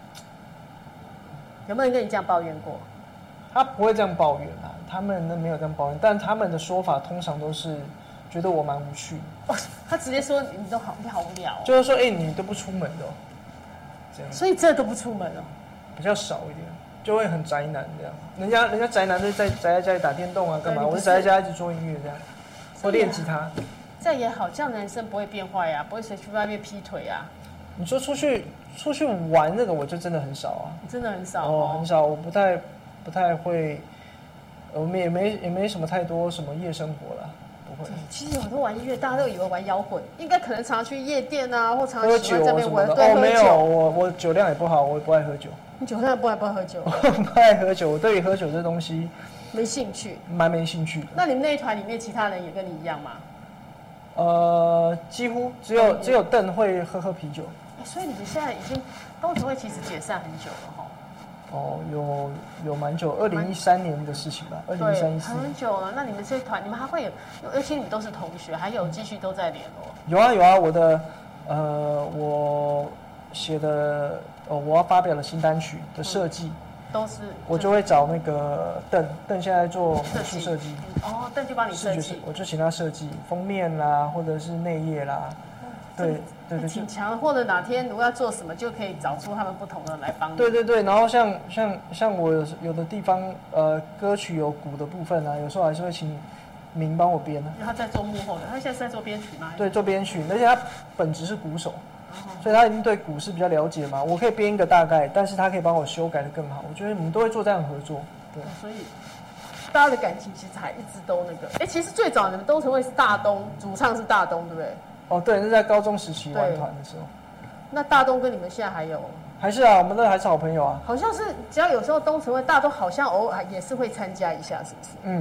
有没有人跟你这样抱怨过？ 他不会这样抱怨啊，他们那没有这样抱怨，但他们的说法通常都是觉得我蛮无趣的。 哦，他直接说你都好，你好无聊、哦。 就是说，哎、欸，你都不出门的、哦。 所以这都不出门哦， 比较少一点，就会很宅男这样。人家人家宅男就在宅在家里打电动啊，干嘛？我是宅在家一直做音乐这样，或练吉他。 这样也好，这样男生不会变坏呀、啊，不会随去外面劈腿啊。 你说出去出去玩那个，我就真的很少啊， 真的很少 哦, 哦，很少，我不太不太会，我们也没也没什么太多什么夜生活了。 其实有很多玩音乐，大家都以为玩摇滚，应该可能常去夜店啊，或常喝喜欢这边玩。 对，哦，没有，我我酒量也不好，我也不爱喝酒。 你酒量不爱不爱喝酒？ 我不爱喝酒，我对于喝酒这东西没兴趣， 蛮没兴趣的。 那你们那一团里面其他人也跟你一样吗？ 呃，几乎只有只有邓会喝喝啤酒。 欸、所以你们现在已经东城会其实解散很久了哈。 哦，有有蛮久，二零一三年的事情吧，二零一三一四很久了。那你们这团，你们还会有，而且你们都是同学，还有继续都在联络。 有啊有啊，我的呃，我写的哦，我要发表了新单曲的设计、 嗯，都是我就会找那个邓邓现在做美术设计、 嗯，哦，邓就帮你设计， 我就请他设计封面啦，或者是内页啦。对对对， 挺强，或者哪天如果要做什么，就可以找出他们不同的人来帮你。 对对对，然后像像像我有有的地方，呃，歌曲有鼓的部分啊，有时候还是会请明帮我编啊。 他在做幕后的，他现在是在做编曲吗？ 对，做编曲，而且他本职是鼓手，哦、所以他一定对鼓是比较了解嘛。我可以编一个大概，但是他可以帮我修改的更好。我觉得我们都会做这样的合作。对， 哦、所以大家的感情其实还一直都那个。哎，其实最早你们东城会是大东，主唱是大东，对不对？ 哦，对，是在高中时期玩团的时候。 那大东跟你们现在还有？ 还是啊，我们都还是好朋友啊。 好像是，只要有时候东城会，大东好像偶尔也是会参加一下，是不是？ 嗯，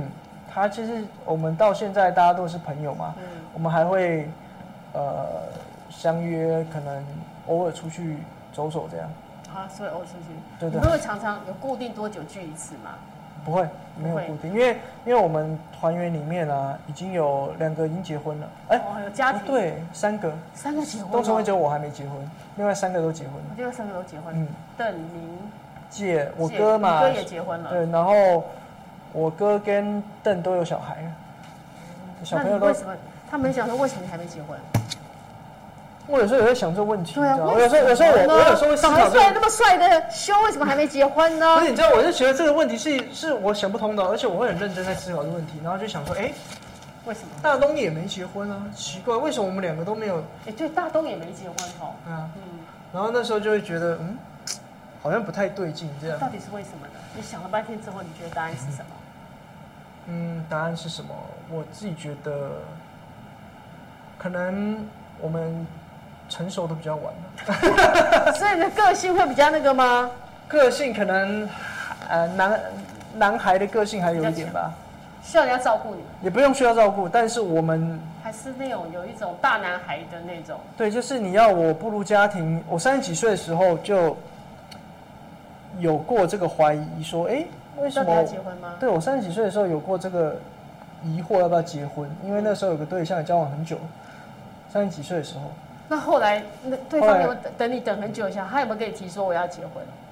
他其实我们到现在大家都是朋友嘛，嗯、我们还会呃相约，可能偶尔出去走走这样。 啊，所以偶尔出去。 对对。 你会不会常常有固定多久聚一次吗？ 不会，没有固定，因为因为我们团员里面啊，已经有两个已经结婚了，哎、 欸，哦，有家庭， 对，三个， 三个结婚， 东城会只有我还没结婚，另外三个都结婚了， 另外三个都结婚，嗯，邓明介，我哥嘛， 哥也结婚了， 对，然后我哥跟邓都有小孩了，小朋友都为什么？他们想说为什么你还没结婚？ 我有时候也会想这个问题， 对啊， 我有时候有时候我我有时候会思考， 长得帅那么帅的修为什么还没结婚呢？ 不是，你知道，我就觉得这个问题是是我想不通的，而且我会很认真在思考这个问题，然后就想说，哎， 为什么大东也没结婚啊？奇怪，为什么我们两个都没有？ 哎，对，大东也没结婚哦。 对啊，嗯，然后那时候就会觉得，嗯，好像不太对劲，这样。 到底是为什么呢？你想了半天之后，你觉得答案是什么？ 嗯，答案是什么？我自己觉得，可能我们成熟的比较晚了。 所以你的个性会比较那个吗？ 个性可能，呃，男男孩的个性还有一点吧。 需要人家照顾你？ 也不用需要照顾，但是我们还是那种有一种大男孩的那种。 对，就是你要我步入家庭，我三十几岁的时候就有过这个怀疑，说，哎，为什么要结婚吗？ 对，我三十几岁的时候有过这个疑惑，要不要结婚？因为那时候有个对象交往很久，三十几岁的时候。 那后来，那对方有等你等很久一下，他有没有跟你提说我要结婚？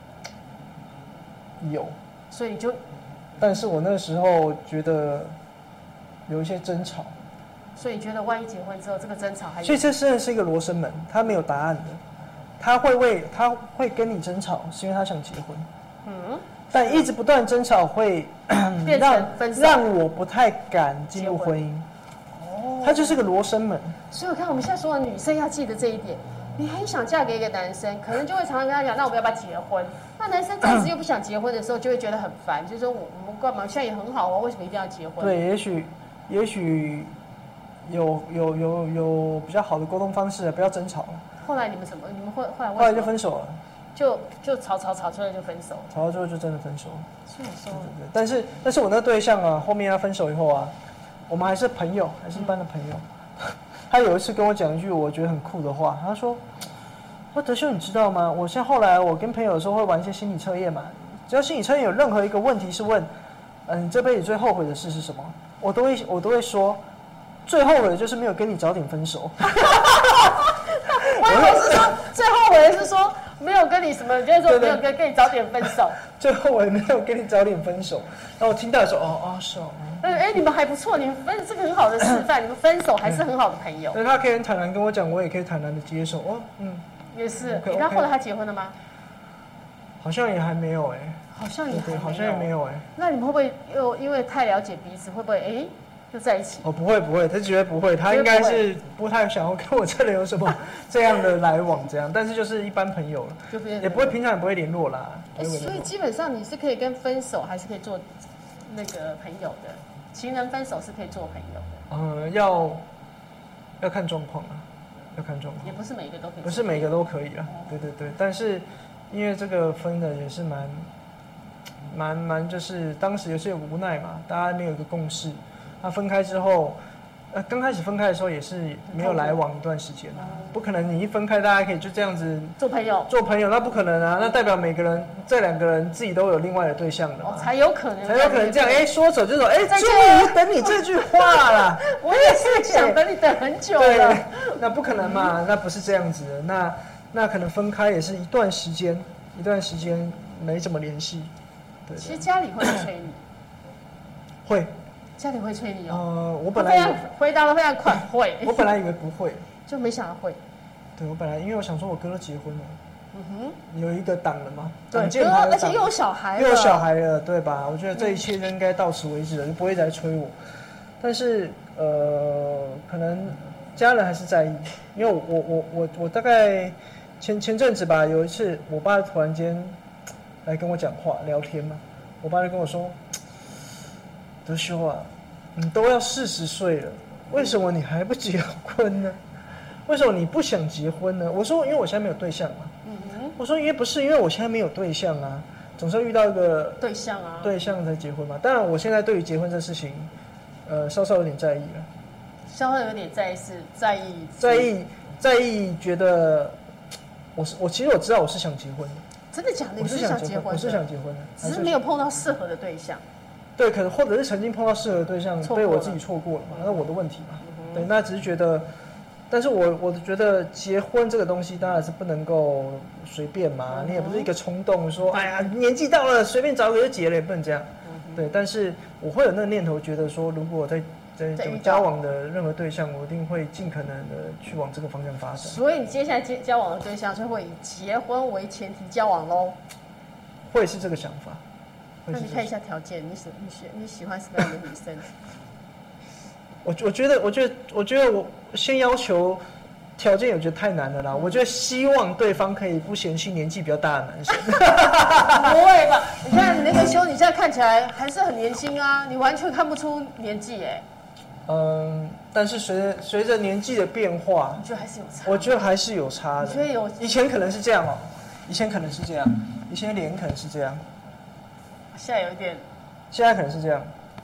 有， 所以你就， 但是我那时候觉得有一些争吵， 所以你觉得万一结婚之后这个争吵还有， 所以这真的是一个罗生门，他没有答案的，他会为他会跟你争吵，是因为他想结婚，嗯，但一直不断争吵会变成分手， 让我不太敢进入婚姻。它就是个罗生门， 所以我看我们现在所有女生要记得这一点。你很想嫁给一个男生，可能就会常常跟他讲，那我们要不要结婚？那男生暂时又不想结婚的时候，就会觉得很烦，就是说我我们干嘛？现在也很好啊，为什么一定要结婚？ 对，也许也许有有有有比较好的沟通方式，不要争吵了。 后来你们什么？你们后后来后来就分手了， 就就吵吵吵出来就分手， 吵到最后就真的分手了。 是我说， 对对对，但是但是我那个对象啊，后面他分手以后啊。我们还是朋友，还是一般的朋友。他有一次跟我讲一句我觉得很酷的话，他说：“说德修，你知道吗？我像后来我跟朋友的时候会玩一些心理测验嘛，只要心理测验有任何一个问题是问，嗯、呃，你这辈子最后悔的事是什么？我都会我都会说，最后悔的就是没有跟你早点分手。” 我以为是说最后悔的是说没有跟你什么，就是说没有跟跟你早点分手。 最后悔没有跟你早点分手，然后我听到的时候，哦哦是哦。 哎、欸，你们还不错，你们分这个很好的示范，你们分手还是很好的朋友。 对，他可以很坦然跟我讲，我也可以坦然的接受。哦，嗯， 也是。 Okay, 那后来他结婚了吗？ 好像也还没有哎、欸。 好像也还没有。 好像也没有哎、欸。 那你们会不会又因为太了解彼此，会不会哎、欸、就在一起？ 哦，不会不会，他绝对不会，他应该是不太想要跟我这里有什么这样的来往这样，但是就是一般朋友了，就也不会平常也不会联络啦。 哎、欸，所以基本上你是可以跟分手还是可以做那个朋友的。情人分手是可以做朋友的， 嗯，要要看状况啊，要看状况， 也不是每个都可以， 不是每个都可以啊，对对对，但是因为这个分的也是蛮蛮蛮，就是当时有些无奈嘛，大家没有一个共识，那分开之后，呃，刚开始分开的时候也是没有来往一段时间啊，不可能你一分开大家可以就这样子做朋友， 做朋友那不可能啊，那代表每个人这两个人自己都有另外的对象的嘛， 哦，才有可能， 才有可能这样，哎，说走就走，哎，终于等你这句话了， 我也是想等你等很久了， 对，那不可能嘛，那不是这样子的，那那可能分开也是一段时间，一段时间没怎么联系，对， 其实家里会催你， 会。 家里会催你哦。 呃，我本来回答的非常快，会。 我本来以为不会， 就没想到会。 对，我本来因为我想说我哥都结婚了，嗯哼，有一个档了嘛， 对，哥，而且又有小孩了， 又有小孩了，对吧？我觉得这一切就应该到此为止了，就不会再催我。但是呃，可能家人还是在意，因为我我我我我大概前前阵子吧，有一次我爸突然间来跟我讲话聊天嘛，我爸就跟我说。德修啊，你都要四十岁了，为什么你还不结婚呢？为什么你不想结婚呢？我说，因为我现在没有对象嘛。嗯哼。我说，因为不是，因为我现在没有对象啊，总是要遇到一个对象啊， 对象才结婚嘛。当然，我现在对于结婚这事情呃，稍稍有点在意了。 稍微有点在意是在意在意在意，觉得我是我其实我知道我是想结婚的。 真的假的？你是想结婚？ 我是想结婚的， 只是没有碰到适合的对象。 对，可能或者是曾经碰到适合的对象，被我自己错过了嘛，那我的问题嘛。嗯、对，那只是觉得，但是我我觉得结婚这个东西当然是不能够随便嘛，嗯、你也不是一个冲动说，哎呀年纪到了随便找个就结了，也不能这样。嗯、对，但是我会有那个念头，觉得说如果在在交往的任何对象，我一定会尽可能的去往这个方向发展。 所以你接下来接交往的对象就会以结婚为前提交往喽？会是这个想法。 那你看一下条件，你喜你喜你喜欢什么样的女生？ 我我觉得我觉得我觉得我先要求条件，我觉得太难了啦。嗯、我觉得希望对方可以不嫌弃年纪比较大的男生。 不会吧？你看你那个修，你现在看起来还是很年轻啊，你完全看不出年纪哎。 嗯，但是随着随着年纪的变化， 你觉得还是有差？ 我觉得还是有差的。 你觉得有？ 以前可能是这样哦，以前可能是这样，以前脸可能是这样， 现在有一点， 现在可能是这样。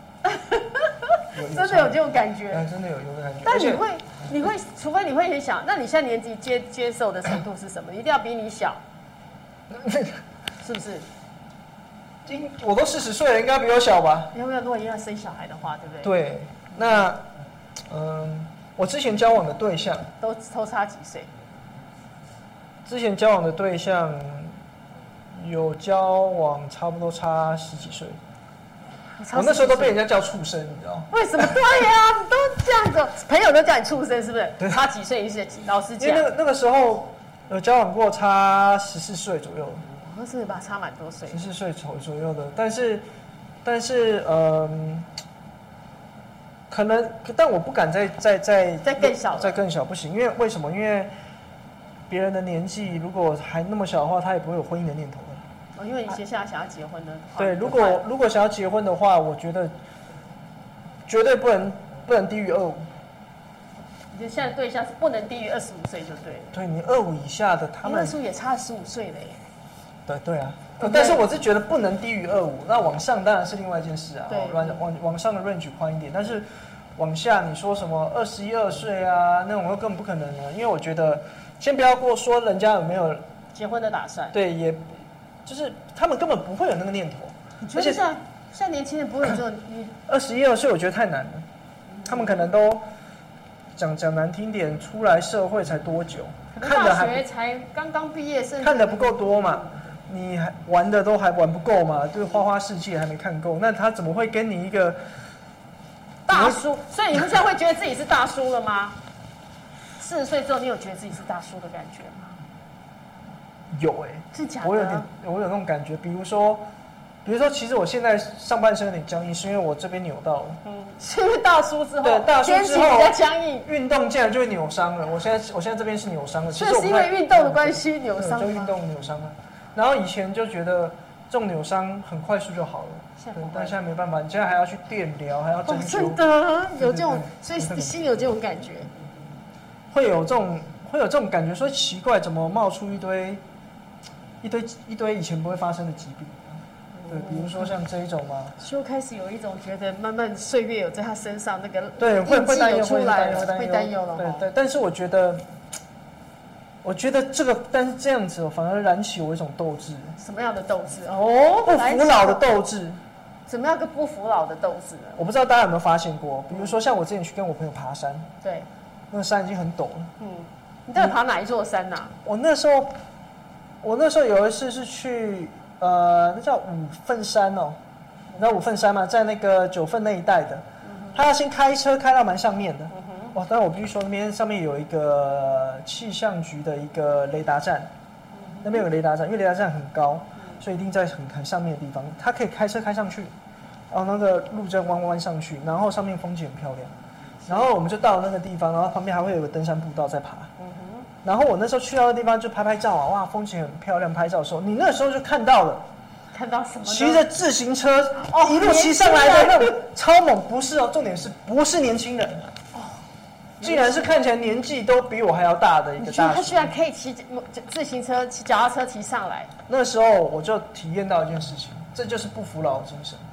真的有这种感觉？ 嗯，真的有有个感觉。 但你会，你会，除非你会想，那你现在年纪接接受的程度是什么？一定要比你小，是不是？ 我都四十岁了，应该比我小吧？ 要不要如果要生小孩的话，对不对？ 对，那嗯，我之前交往的对象都都差几岁？ 之前交往的对象有交往差不多差十几岁。我那时候都被人家叫畜生，你知道吗？ 为什么？对呀、啊，都这样子，朋友都叫你畜生，是不是？差几岁？是老实讲， 因为那个那个时候有交往过差十四岁左右。 我是吧，差蛮多岁， 十四岁左左右的，但是，但是，嗯，可能，但我不敢再再再再更小， 再更小不行，因为为什么？因为别人的年纪如果还那么小的话，他也不会有婚姻的念头的。 哦，因为你接下来想要结婚的。 对，如果如果想要结婚的话，我觉得绝对不能不能低于二五。 你现在对象是不能低于二十五岁就对了。 对，你二五以下的，他们那时候也差十五岁了耶。 对对啊，但是我是觉得不能低于二五，那往上当然是另外一件事啊。 对， 往往往上的 range 宽一点，但是往下你说什么二十一二岁啊，那种根本不可能的，因为我觉得先不要过说人家有没有结婚的打算， 对，也就是他们根本不会有那个念头。 你觉得现在现在年轻人不会有这种？你二十一二岁我觉得太难了，他们可能都讲讲难听点，出来社会才多久， 看的还才刚刚毕业，甚至看的不够多嘛。你还玩的都还玩不够嘛？就是花花世界还没看够，那他怎么会跟你一个大叔？所以你们现在会觉得自己是大叔了吗？四十岁之后，你有觉得自己是大叔的感觉吗？ 有哎、欸， 是假的？ 我有点，我有那种感觉。比如说，比如说，其实我现在上半身有点僵硬，是因为我这边扭到了。 嗯，是因为大叔之后， 对，大叔之后比较僵硬， 运动竟然就会扭伤了。我现在，我现在这边是扭伤了。 所以是因为运动的关系扭伤， 就运动扭伤了。然后以前就觉得这种扭伤很快速就好了，对，但现在没办法，你现在还要去电疗，还要针灸、 哦，真的有这种，所以心里有这种感觉， 会有这种会有这种感觉，说奇怪，怎么冒出一堆一堆一堆以前不会发生的疾病？对，比如说像这一种嘛， 就开始有一种觉得慢慢岁月有在他身上那个对会会担忧， 出来会会担忧了， 对对，但是我觉得。我觉得这个，但是这样子反而燃起我一种斗志。 什么样的斗志？哦， 不服老的斗志。 怎么样个不服老的斗志呢？ 我不知道大家有没有发现过，比如说像我之前去跟我朋友爬山， 对， 那个山已经很陡了。嗯， 你在爬哪一座山呐、啊？ 我那时候，我那时候有一次是去呃，那叫五份山哦，你知道五份山吗？在那个九份那一带的，嗯、他要先开车开到蛮上面的。嗯哦，但是我必须说，那边上面有一个气象局的一个雷达站，嗯、那边有个雷达站，因为雷达站很高，嗯、所以一定在很很上面的地方，他可以开车开上去，然后那个路这样弯弯上去，然后上面风景很漂亮，然后我们就到了那个地方，然后旁边还会有个登山步道在爬，嗯、然后我那时候去到的地方就拍拍照啊，哇，风景很漂亮，拍照的时候，你那时候就看到了。 看到什么？ 骑着自行车，哦，一路骑上来的那种超猛，不是哦，重点是不是年轻人？竟然是看起来年纪都比我还要大的一个大叔， 他居然可以骑自行车、骑脚踏车骑上来。 那时候我就体验到一件事情，这就是不服老的精神。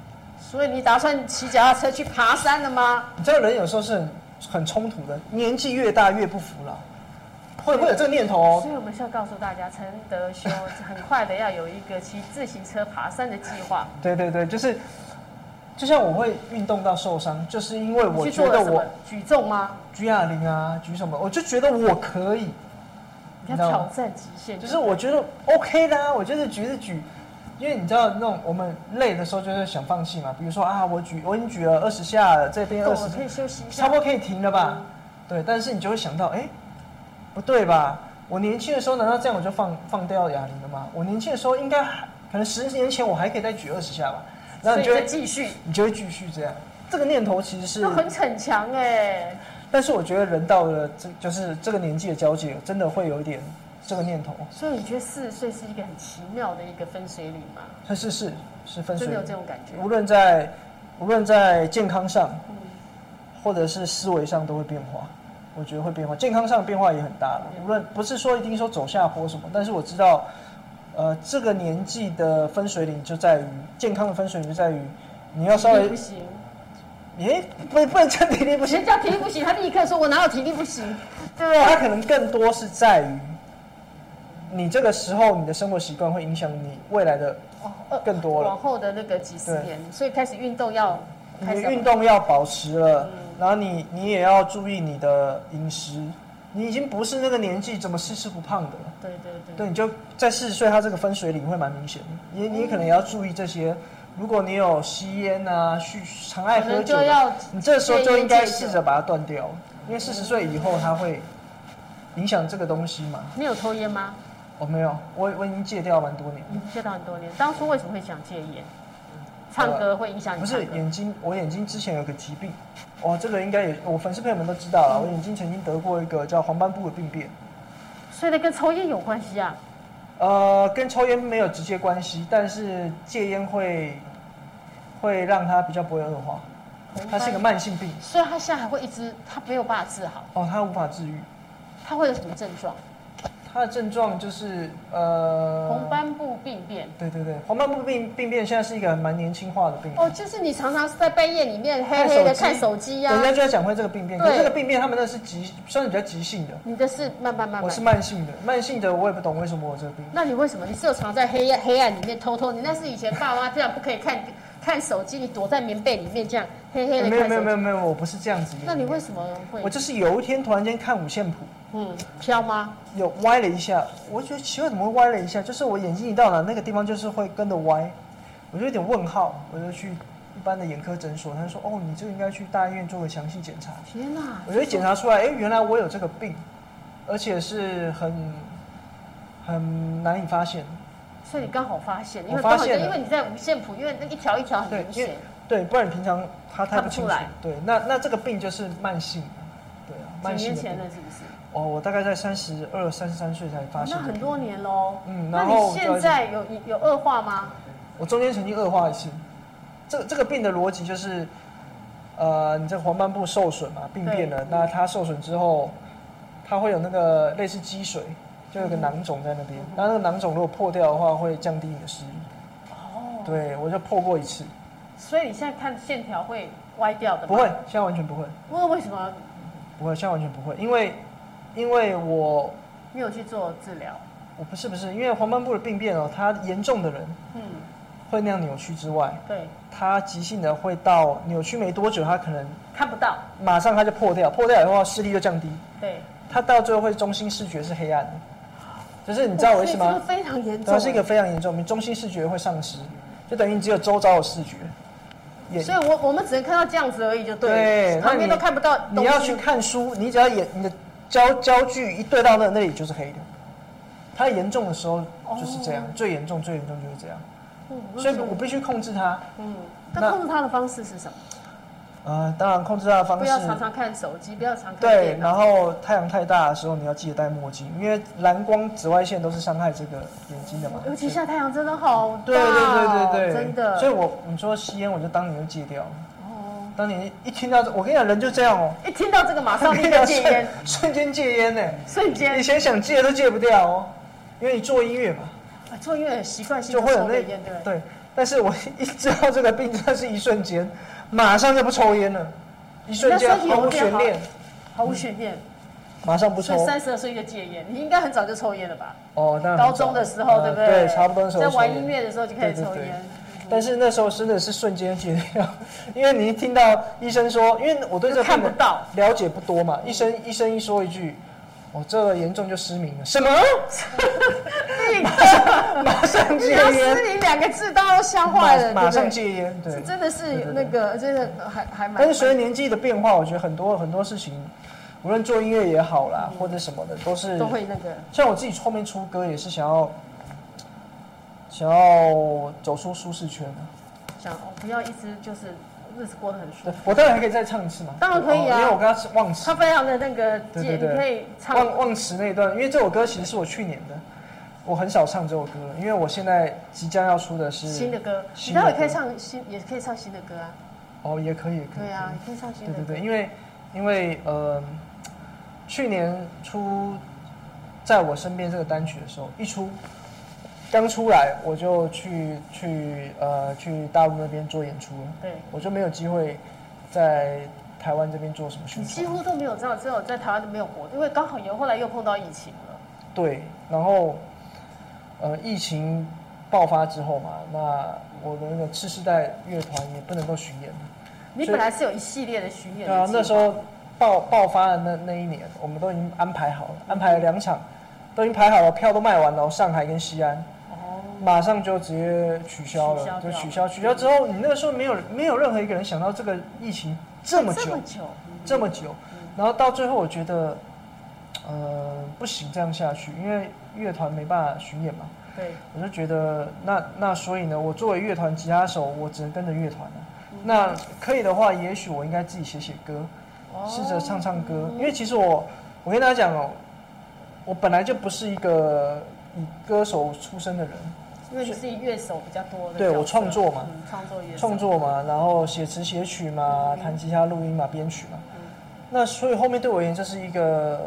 所以你打算骑脚踏车去爬山了吗？ 你知道人有时候是很很冲突的，年纪越大越不服老，会会有这个念头哦。 所以我们是要告诉大家，陈德修很快的要有一个骑自行车爬山的计划。 对对对，就是。就像我会运动到受伤，就是因为我觉得我举重吗？ 举哑铃啊，举什么，我就觉得我可以。 你要挑战极限， 就是我觉得 OK 的啊，我觉得举是举，因为你知道那种我们累的时候就是想放弃嘛，比如说啊，我举我已经举了二十下了，这边二十， 可以休息一下， 差不多可以停了吧？嗯、对，但是你就会想到，哎、欸，不对吧？我年轻的时候难道这样我就放放掉哑铃了吗？我年轻的时候应该可能十年前我还可以再举二十下吧？然后你就会继续， 你就会继续这样。这个念头其实是都很逞强哎。 但是我觉得人到了这就是这个年纪的交界，真的会有一点这个念头。 所以你觉得四十岁是一个很奇妙的一个分水岭吗？ 是是是是分水岭， 真的有这种感觉。 无论在无论在健康上，嗯、或者是思维上都会变化。我觉得会变化，健康上变化也很大了。嗯、无论不是说一定说走下坡什么，但是我知道。呃，这个年纪的分水岭就在于健康的分水岭就在于，你要稍微不行， 耶，不不能讲体力不行， 人家体力不行，他立刻说我哪有体力不行， 对不对？他可能更多是在于，你这个时候你的生活习惯会影响你未来的更多了， 往后的那个几十年，所以开始运动要， 你的运动要保持了，嗯、然后你你也要注意你的饮食。你已经不是那个年纪，怎么吃吃不胖的了？ 对对对。 对，你就在四十岁，他这个分水岭会蛮明显的。你你可能也要注意这些。如果你有吸烟啊，酗常爱喝酒的，你这时候就应该试着把它断掉，因为四十岁以后它会影响这个东西嘛。 你有抽烟吗？ 我没有，我我已经戒掉蛮多年。 你戒掉很多年，当初为什么会想戒烟？唱歌会影响你？ 不是眼睛，我眼睛之前有个疾病。哇，这个应该也我粉丝朋友们都知道了。嗯、我眼睛曾经得过一个叫黄斑部的病变， 所以那跟抽烟有关系啊？ 呃，跟抽烟没有直接关系，但是戒烟会会让它比较不会恶化。它是一个慢性病， 所以它现在还会一直，它没有办法治好。 哦，它无法治愈。 它会有什么症状？ 它的症状就是呃， 红斑部病变。 对对对，黄斑部病病变现在是一个蛮年轻化的病。 哦，就是你常常在半夜里面黑黑的看手机呀、啊。 人家就在讲会这个病变，可是这个病变他们那是急，算是比较急性的。 你的是慢慢慢慢。 我是慢性的，慢性的我也不懂为什么我有这个病。 那你为什么？你是有藏在黑暗黑暗里面偷偷？你那是以前爸妈这样不可以看看手机，你躲在棉被里面这样黑黑的看手机。 没有没有没有没有，我不是这样子。 那你为什么会？ 我就是有一天突然间看五线谱。 嗯，飘吗？ 有歪了一下，我觉得奇怪，怎么会歪了一下？就是我眼睛一到哪，那个地方就是会跟着歪，我就有点问号。我就去一般的眼科诊所，他说：“哦，你这个应该去大医院做个详细检查。” 天哪！ 我就检查出来，哎，原来我有这个病，而且是很很难以发现。 所以你刚好发现，因为发现， 因为你在五线谱，因为那一条一条很明显。 对，不然你平常他看不清楚。 看不出来。 对，那那这个病就是慢性的，对啊，慢性的。 几年前的是不是？ 哦，我大概在三十二、三十三岁才发现、 哦。那很多年喽。 嗯， 然后那你现在有有恶化吗？ 我中间曾经恶化一次。这这个病的逻辑就是，呃，你这个黄斑部受损嘛，病变了，那它受损之后，它会有那个类似积水，就有个囊肿在那边。那、嗯、那个囊肿如果破掉的话，会降低你的视力。哦。对，我就破过一次。 所以你现在看线条会歪掉的吗？ 不会，现在完全不会。 为为什么？ 不会，现在完全不会，因为。因为我没有去做治疗， 我不是不是，因为黄斑部的病变哦，它严重的人，嗯，会那样扭曲之外， 对， 它急性的会到扭曲没多久，它可能看不到， 马上它就破掉，破掉以后视力就降低， 对， 它到最后会中心视觉是黑暗的，就是你知道为什么？ 这个非常严重， 它是一个非常严重，你中心视觉会丧失，就等于你只有周遭的视觉。 所以我我们只能看到这样子而已，就对了， 对， 旁边都看不到。 你要去看书，你只要眼你的。焦焦距一对到那那里就是黑的，它严重的时候就是这样，哦、最严重最严重就是这样，嗯、所以我必须控制它。 嗯，那控制它的方式是什么？ 呃，当然控制它的方式， 不要常常看手机，不要常看对，然后太阳太大的时候你要记得戴墨镜，因为蓝光、紫外线都是伤害这个眼睛的嘛。 尤其下太阳真的好大， 对对对对对， 真的。 所以我你说吸烟，我就当年就戒掉了。当你一听到这，我跟你讲，人就这样哦。 一听到这个，马上立刻戒烟， 瞬间戒烟呢， 瞬间。 以前想戒都戒不掉哦，因为你做音乐嘛， 啊、做音乐习惯性就会有那烟，对对， 但是我一知道这个病，真的是一瞬间，马上就不抽烟了，一瞬间毫无悬念， 毫无悬念。 马上不抽， 所以三十二岁就戒烟，你应该很早就抽烟了吧？ 哦，那高中的时候，对不对？ 对，差不多那时候。 在玩音乐的时候就开始抽烟。 但是那时候真的是瞬间戒掉，因为你一听到医生说，因为我对这个看不到了解不多嘛，医生医生一说一句，哦，这个严重就失明了，什么？马上马上戒烟， 失明两个字都吓坏了， 马上戒烟，对， 真的是那个，真的还还蛮。 但是随着年纪的变化，我觉得很多很多事情。无论做音乐也好啦，或者什么的，都是都会那个。 像我自己后面出歌，也是想要想要走出舒适圈的。 想哦，不要一直就是日子过得很舒服。 我当然还可以再唱一次嘛。 当然可以啊， 因为我刚刚忘词。 他非常的那个， 对对对， 你可以唱忘忘词那一段，因为这首歌其实是我去年的，我很少唱这首歌，因为我现在即将要出的是新的歌，你待会可以唱新，也可以唱新的歌啊。 哦，也可以，也可以。 对啊，你可以唱新的歌。 对对对，因为因为呃。去年出在我身边这个单曲的时候，一出刚出来，我就去去呃去大陆那边做演出了。 对， 我就没有机会在台湾这边做什么宣传。 你几乎都没有这样，只有在台湾都没有活，因为刚好有后来又碰到疫情了。 对，然后呃疫情爆发之后嘛，那我的那个次世代乐团也不能够巡演了。 你本来是有一系列的巡演的。 对啊，那时候。爆爆发的那那一年，我们都已经安排好了，安排了两场，都已经排好了，票都卖完了，上海跟西安，哦，马上就直接取消了，就取消。取消之后，你那个时候没有没有任何一个人想到这个疫情这么久，这么久，这么久，然后到最后我觉得，呃，不行这样下去，因为乐团没办法巡演嘛。 对， 我就觉得那那所以呢，我作为乐团吉他手，我只能跟着乐团了。嗯、那可以的话，也许我应该自己写写歌。试着唱唱歌，因为其实我，我跟大家讲哦，我本来就不是一个以歌手出身的人， 因为你是以乐手比较多的。 对，我创作嘛， 嗯、创作乐手， 创作嘛，然后写词写曲嘛，弹、嗯、吉他录音嘛，编曲嘛，嗯、那所以后面对我而言，这是一个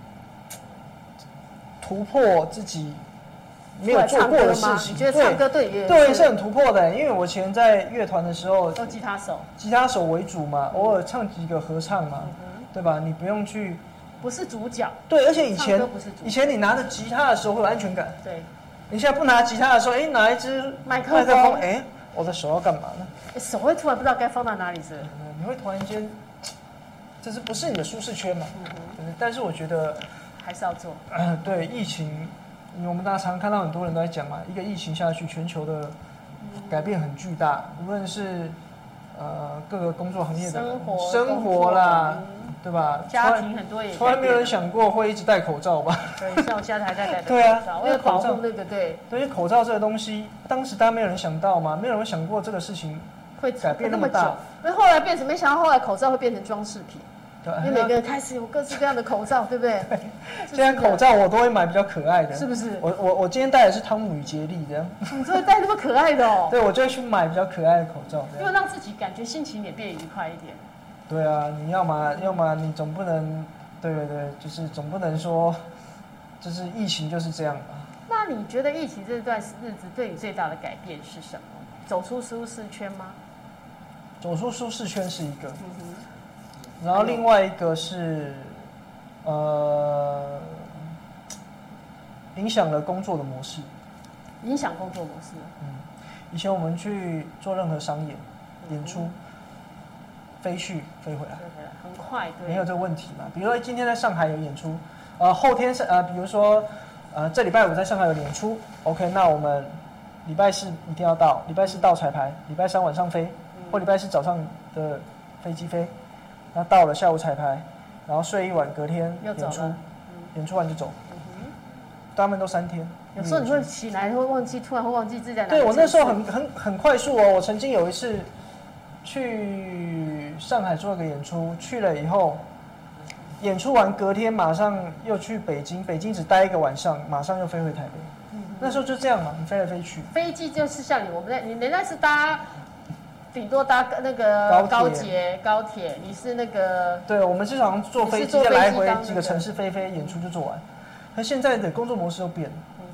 突破自己没有做过的事情。 你觉得唱歌对也对是很突破的，因为我以前在乐团的时候， 都吉他手， 吉他手为主嘛，偶尔唱几个合唱嘛，嗯、对吧？你不用去， 不是主角。对， 而且以前以前你拿着吉他的时候会有安全感。 对， 你现在不拿吉他的时候，哎，拿一支麦克风， 哎，我的手要干嘛呢？ 手会突然不知道该放到哪里是？ 你会突然间，这是不是你的舒适圈嘛？嗯、对，但是我觉得还是要做。 呃，对，疫情。我们大家常看到很多人都在讲嘛，一个疫情下去，全球的改变很巨大，无论是呃各个工作行业的生活生活啦，对吧？ 家庭很多也从来没有人想过会一直戴口罩吧？ 对，像我现在还在戴的口罩， 对啊， 为了保护那个对。 对，口罩这个东西，当时大家没有人想到嘛，没有人想过这个事情会改变那么大， 因为后来变成，没想到后来口罩会变成装饰品。因为每个人开始有各式各样的口罩，对不对？ 现在口罩我都会买比较可爱的， 是不是？ 我我我今天戴的是汤姆与杰利这样。 你这会戴那么可爱的哦？ 对，我就会去买比较可爱的口罩， 因为让自己感觉心情也变愉快一点。 对啊，你要嘛要么你总不能，对对对，就是总不能说，就是疫情就是这样嘛。 那你觉得疫情这段日子对你最大的改变是什么？走出舒适圈吗？ 走出舒适圈是一个。嗯哼。然后另外一个是，呃，影响了工作的模式。 影响工作模式。 嗯，以前我们去做任何商演、嗯、演出，飞去飞回来， 飞回来很快，对， 没有这个问题嘛。比如说今天在上海有演出，呃，后天是呃，比如说呃，这礼拜五在上海有演出 ，OK， 那我们礼拜四一定要到，礼拜四到彩排，礼拜三晚上飞，嗯、或礼拜四早上的飞机飞。那到了下午彩排，然后睡一晚，隔天演出，嗯、演出完就走。嗯、他们都三天。 有时候你会起来会忘记，突然会忘记自己在哪里。 对，我那时候很很很快速哦。我曾经有一次去上海做个演出，去了以后，演出完隔天马上又去北京，北京只待一个晚上，马上又飞回台北。嗯、那时候就这样嘛，你飞来飞去。 飞机就是像你，我们在你人家是搭。顶多搭那个高捷、高铁，你是那个？ 对，我们经常坐飞机，来回几个城市飞飞，演出就做完。那现在的工作模式又变了，嗯、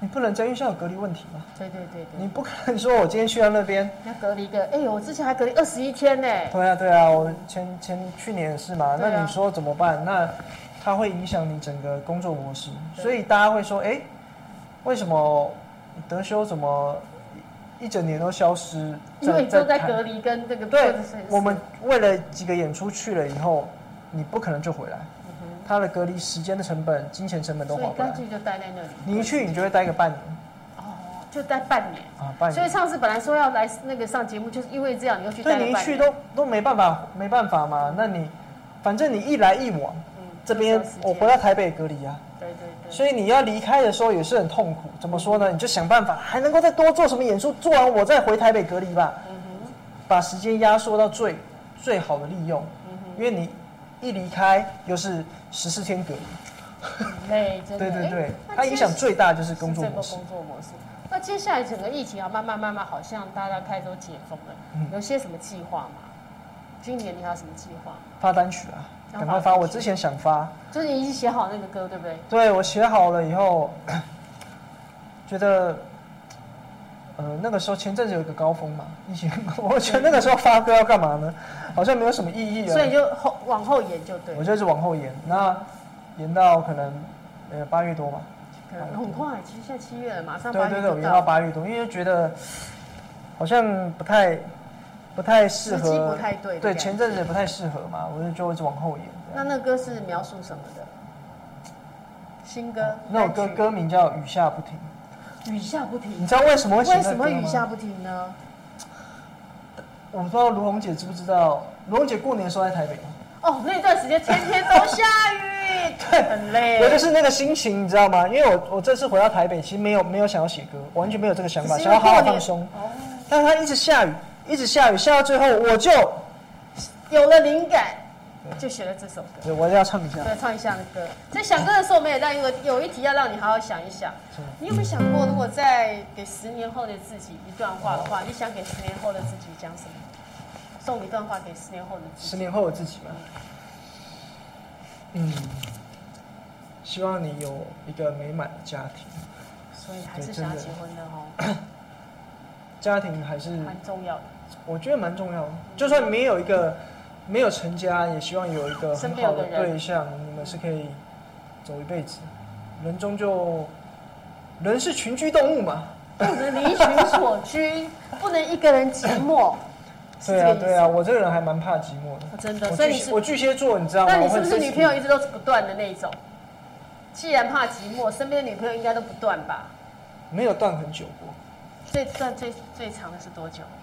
你不能在，因为现在有隔离问题嘛。 对对对对。 你不可能说我今天去到那边要隔离个，哎、欸，我之前还隔离二十一天呢。 对啊对啊，我前前去年也是嘛。啊、那你说怎么办？那它会影响你整个工作模式，所以大家会说，哎、欸，为什么德修怎么一整年都消失？ 因为你都在隔离跟这个。 对，我们为了几个演出去了以后，你不可能就回来。他的隔离时间的成本、金钱成本都花不来， 所以干脆就待在那里。 你一去，你就会待个半年。 哦，就待半年啊，半年。 所以上次本来说要来那个上节目，就是因为这样，你又去待了半年。 对，你一去都都没办法，没办法嘛。那你反正你一来一往，嗯，这边我回到台北隔离啊。 对对对。 所以你要离开的时候也是很痛苦。怎么说呢？你就想办法，还能够再多做什么演出，做完我再回台北隔离吧。嗯哼。把时间压缩到最最好的利用。嗯哼。因为你一离开又是十四天隔离， 累，真的。 对对对，它影响最大就是工作模式。 工作模式。那接下来整个疫情啊，慢慢慢慢，好像大家开始都解封了，嗯、有些什么计划吗？今年你还有什么计划？ 发单曲啊，赶快发！我之前想发， 就是你已经写好那个歌，对不对？ 对，我写好了以后，觉得，呃，那个时候前阵子有一个高峰嘛，疫情，我觉得那个时候发歌要干嘛呢？好像没有什么意义啊。 所以就后往后延就对。 我就是往后延，那延到可能呃八月多吧。 很快，其实现在七月了，马上八月。对对对，我延到八月多，因为觉得好像不太不太适合， 时机不太对。 对，前阵子也不太适合嘛，我就就一直往后延。 那那歌是描述什么的？新歌。 那首歌歌名叫《雨下不停》。 雨下不停。 你知道为什么会写为什么雨下不停呢？ 我不知道卢红姐知不知道，卢红姐过年的时候在台北吗？ 哦，那段时间天天都下雨， 对， 很累。 我就是那个心情，你知道吗？因为我我这次回到台北，其实没有没有想要写歌，完全没有这个想法，想要好好放松。哦。但是它一直下雨，一直下雨，下到最后我就有了灵感，就写了这首歌。 对，我要唱一下。 对，唱一下歌。在想歌的时候，我们也让有有一题要让你好好想一想。你有没有想过，如果再给十年后的自己一段话的话，你想给十年后的自己讲什么？送一段话给十年后的自己。 十年后的自己嘛，嗯，希望你有一个美满的家庭。 所以还是想要结婚的哦。 家庭还是蛮重要的。 我觉得蛮重要的，就算没有一个没有成家，也希望有一个很好的对象，你们是可以走一辈子。人终究，人是群居动物嘛， 不能离群所居，不能一个人寂寞。 对啊，对啊，我这个人还蛮怕寂寞的。 真的，所以你是我巨蟹座，你知道吗？ 那你是不是女朋友一直都是不断的那一种？既然怕寂寞，身边的女朋友应该都不断吧？ 没有断很久过。 最断最最长的是多久？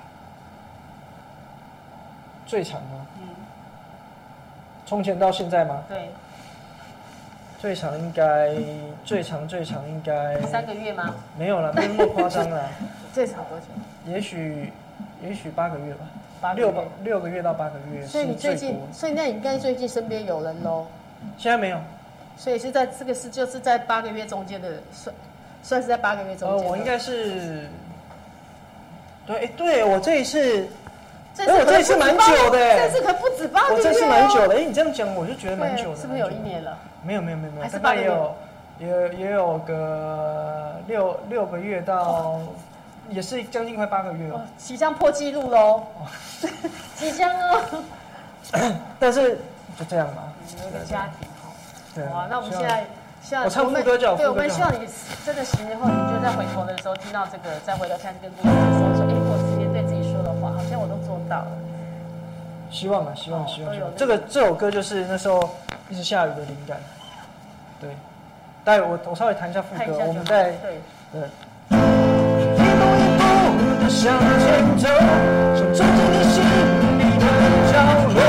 最长吗？嗯。从前到现在吗？ 对。 最长应该最长最长应该三个月吗？ 没有了，没那么夸张了。 最长多久？ 也许也许八个月吧。 八六个六个月到八个月。 所以你最近，所以那你应该最近身边有人喽？ 现在没有。 所以是在这个是就是在八个月中间的算算是在八个月中间。 呃，我应该是。对，哎，对我这一次。 哎， 我这次蛮久的， 这次可不止八个月。 我这次蛮久的，哎，你这样讲我就觉得蛮久的。 是不是有一年了？ 没有没有没有没有， 还是八个月？ 也有也也有个六六个月到，也是将近快八个月了。 即将破纪录喽！即将哦。 但是就这样吧。 有个家庭哈。 对。 哇，那我们现在希望我唱副歌就好。 对，我们希望你真的十年后，你就再回头的时候听到这个，再回头看跟故事的时候，说，哎，我十年对自己说的话，好像我都做到了。 希望啊，希望，希望。这个这首歌就是那时候一直下雨的灵感。对。待我我稍微弹一下副歌，我们再对对。一步一步的向前走，想走进你心里的角落。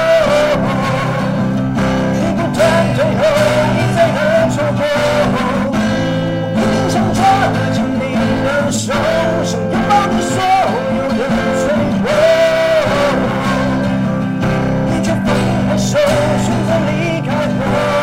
你不断退后，一再的错过。我一定想抓紧你的手，想拥抱你所有的脆弱。你却放开手，选择离开我。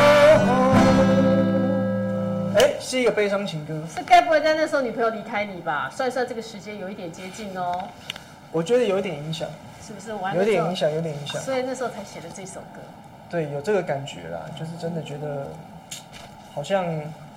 是一个悲伤情歌， 是该不会在那时候女朋友离开你吧？算一算这个时间有一点接近哦。 我觉得有一点影响， 是不是？我有点影响，有点影响。 所以那时候才写的这首歌。 对，有这个感觉啦，就是真的觉得好像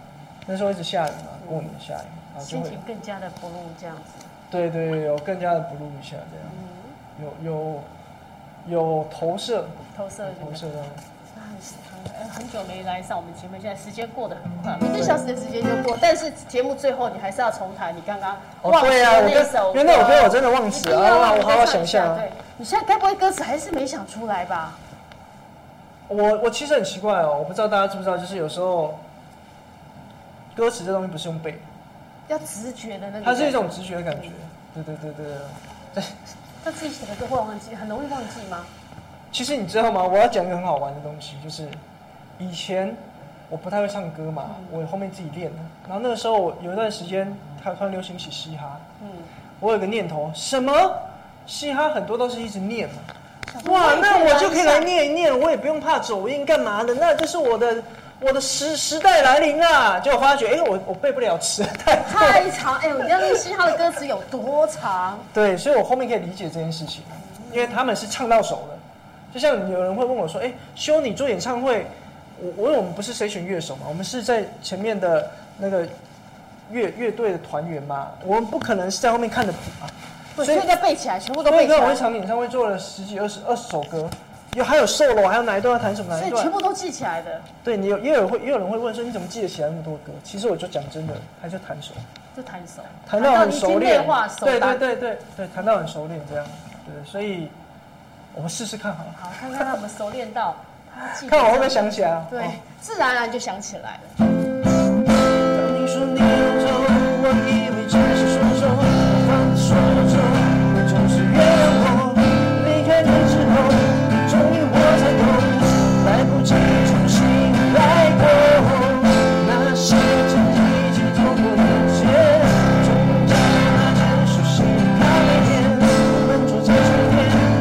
那时候一直下雨嘛，过年下雨，然后就心会情更加的 blue 这样子。 对对，有更加的 blue 一下这样， 嗯， 有有有投射， 投射投射到。 很很很久没来上我们节目，现在时间过得很快，一个小时的时间就过。但是节目最后你还是要重弹你刚刚忘记的那首歌， 因为那首歌我真的忘词啊，我好好想一下。 对，你现在该不会歌词还是没想出来吧？ 我我其实很奇怪哦，我不知道大家知不知道，就是有时候歌词这东西不是用背的， 要直觉的那个， 它是一种直觉的感觉。对对对对对。 他自己写的歌会忘记，很容易忘记吗？ 其实你知道吗？我要讲一个很好玩的东西，就是以前我不太会唱歌嘛，我后面自己练的。然后那个时候有一段时间，它突然流行起嘻哈，嗯，我有个念头，什么嘻哈很多都是一直念嘛，哇，那我就可以来念一念，我也不用怕走音干嘛的，那就是我的我的时时代来临啦。结果发觉，哎、欸，我我背不了词太太长，哎、欸，你知道那个嘻哈的歌词有多长？ 对，所以我后面可以理解这件事情，因为他们是唱到手的。就像有人会问我说：“哎，修你做演唱会，我我我们不是谁选乐手嘛，我们是在前面的那个乐乐队的团员嘛，我们不可能是在后面看着谱啊， 所以要背起来，全部都背起来。 我一场演唱会做了十几、二十、二十首歌，有还有 solo， 还有哪一段要弹什么哪一段， 所以全部都记起来的。 对你有也有会也有人会问说你怎么记得起来那么多歌？其实我就讲真的，还是弹手， 就弹手， 弹到很熟练，对对对对对，弹到很熟练这样，对，所以。”我们试试看好了， 好，看看他们熟练到他记得， 看我会不会想起来啊？ 对，哦、自然而然就想起来了。 当你说你要走，我以为只是说说，我放在手中，你总是原谅我。离开你之后，终于我才懂，来不及重新来过。那些曾一起走过的街，终于在那间熟悉的咖啡店，我们坐在窗边。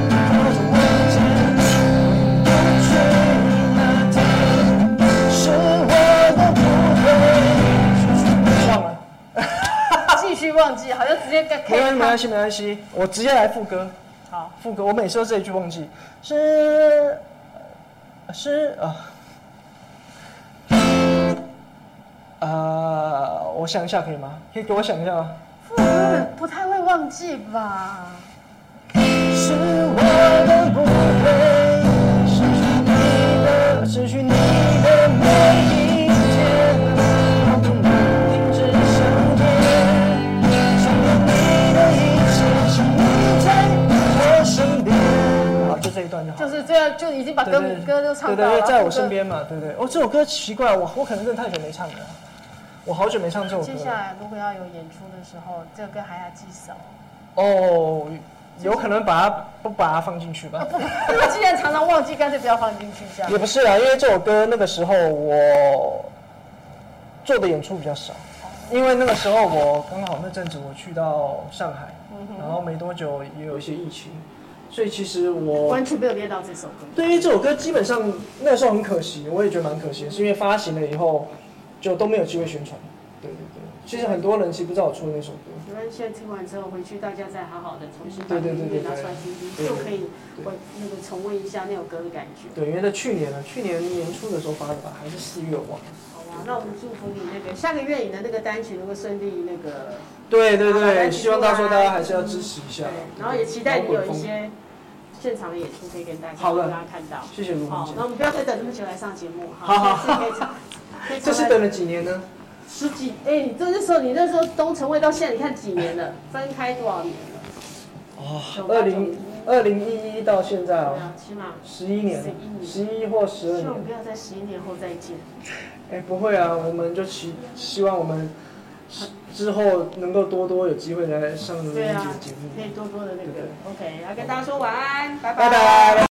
忘记，好像直接跟没关系，没关系，没关系，我直接来副歌。 好， 副歌，我每次都这一句忘记，是是啊，呃，我想一下可以吗？可以给我想一下吗？ 副歌不太会忘记吧？ 是我的不会，失去你的，失去你的每一天，我不能停止想念。就这一段就好， 就是这样，就已经把歌歌都唱到了。 对对对，在我身边嘛，对对。哦，这首歌奇怪，我我可能真的太久没唱了，我好久没唱这首歌。 接下来如果要有演出的时候，这个歌还要记熟。 哦，有可能把它不把它放进去吧？ 不，因为既然常常忘记，干脆不要放进去这样。 也不是啊，因为这首歌那个时候我做的演出比较少，因为那个时候我刚好那阵子我去到上海，然后没多久也有一些疫情。所以其实我完全没有练到这首歌。 对于这首歌，基本上那时候很可惜，我也觉得蛮可惜的，是因为发行了以后就都没有机会宣传。对对对，其实很多人其实不知道我出了那首歌。 没关系，现在听完之后回去，大家再好好的重新把音乐拿出来听听，就可以我那个重温一下那首歌的感觉。 对，因为在去年了，去年年初的时候发的吧，还是四月我忘了。 好吧，那我们祝福你那个下个月你的那个单曲能够顺利那个。 对对对，希望到时候大家还是要支持一下。 对，然后也期待你有一些现场的演出可以跟大家好的让大家看到。 谢谢卢好，那我们不要再等那么久来上节目。 好好好。这是等了几年呢？ 十几，哎、欸，你这那时候你那时候东城卫到现在，你看几年了？分开多少年了？ 哦，二零二零一一到现在哦， 起码十一年，十一或十二年。 希望我们不要在十一年后再见。 哎、欸，不会啊，我们就希希望我们之后能够多多有机会来上那个节目， 可以多多的那个。OK，要跟大家说晚安，拜拜拜。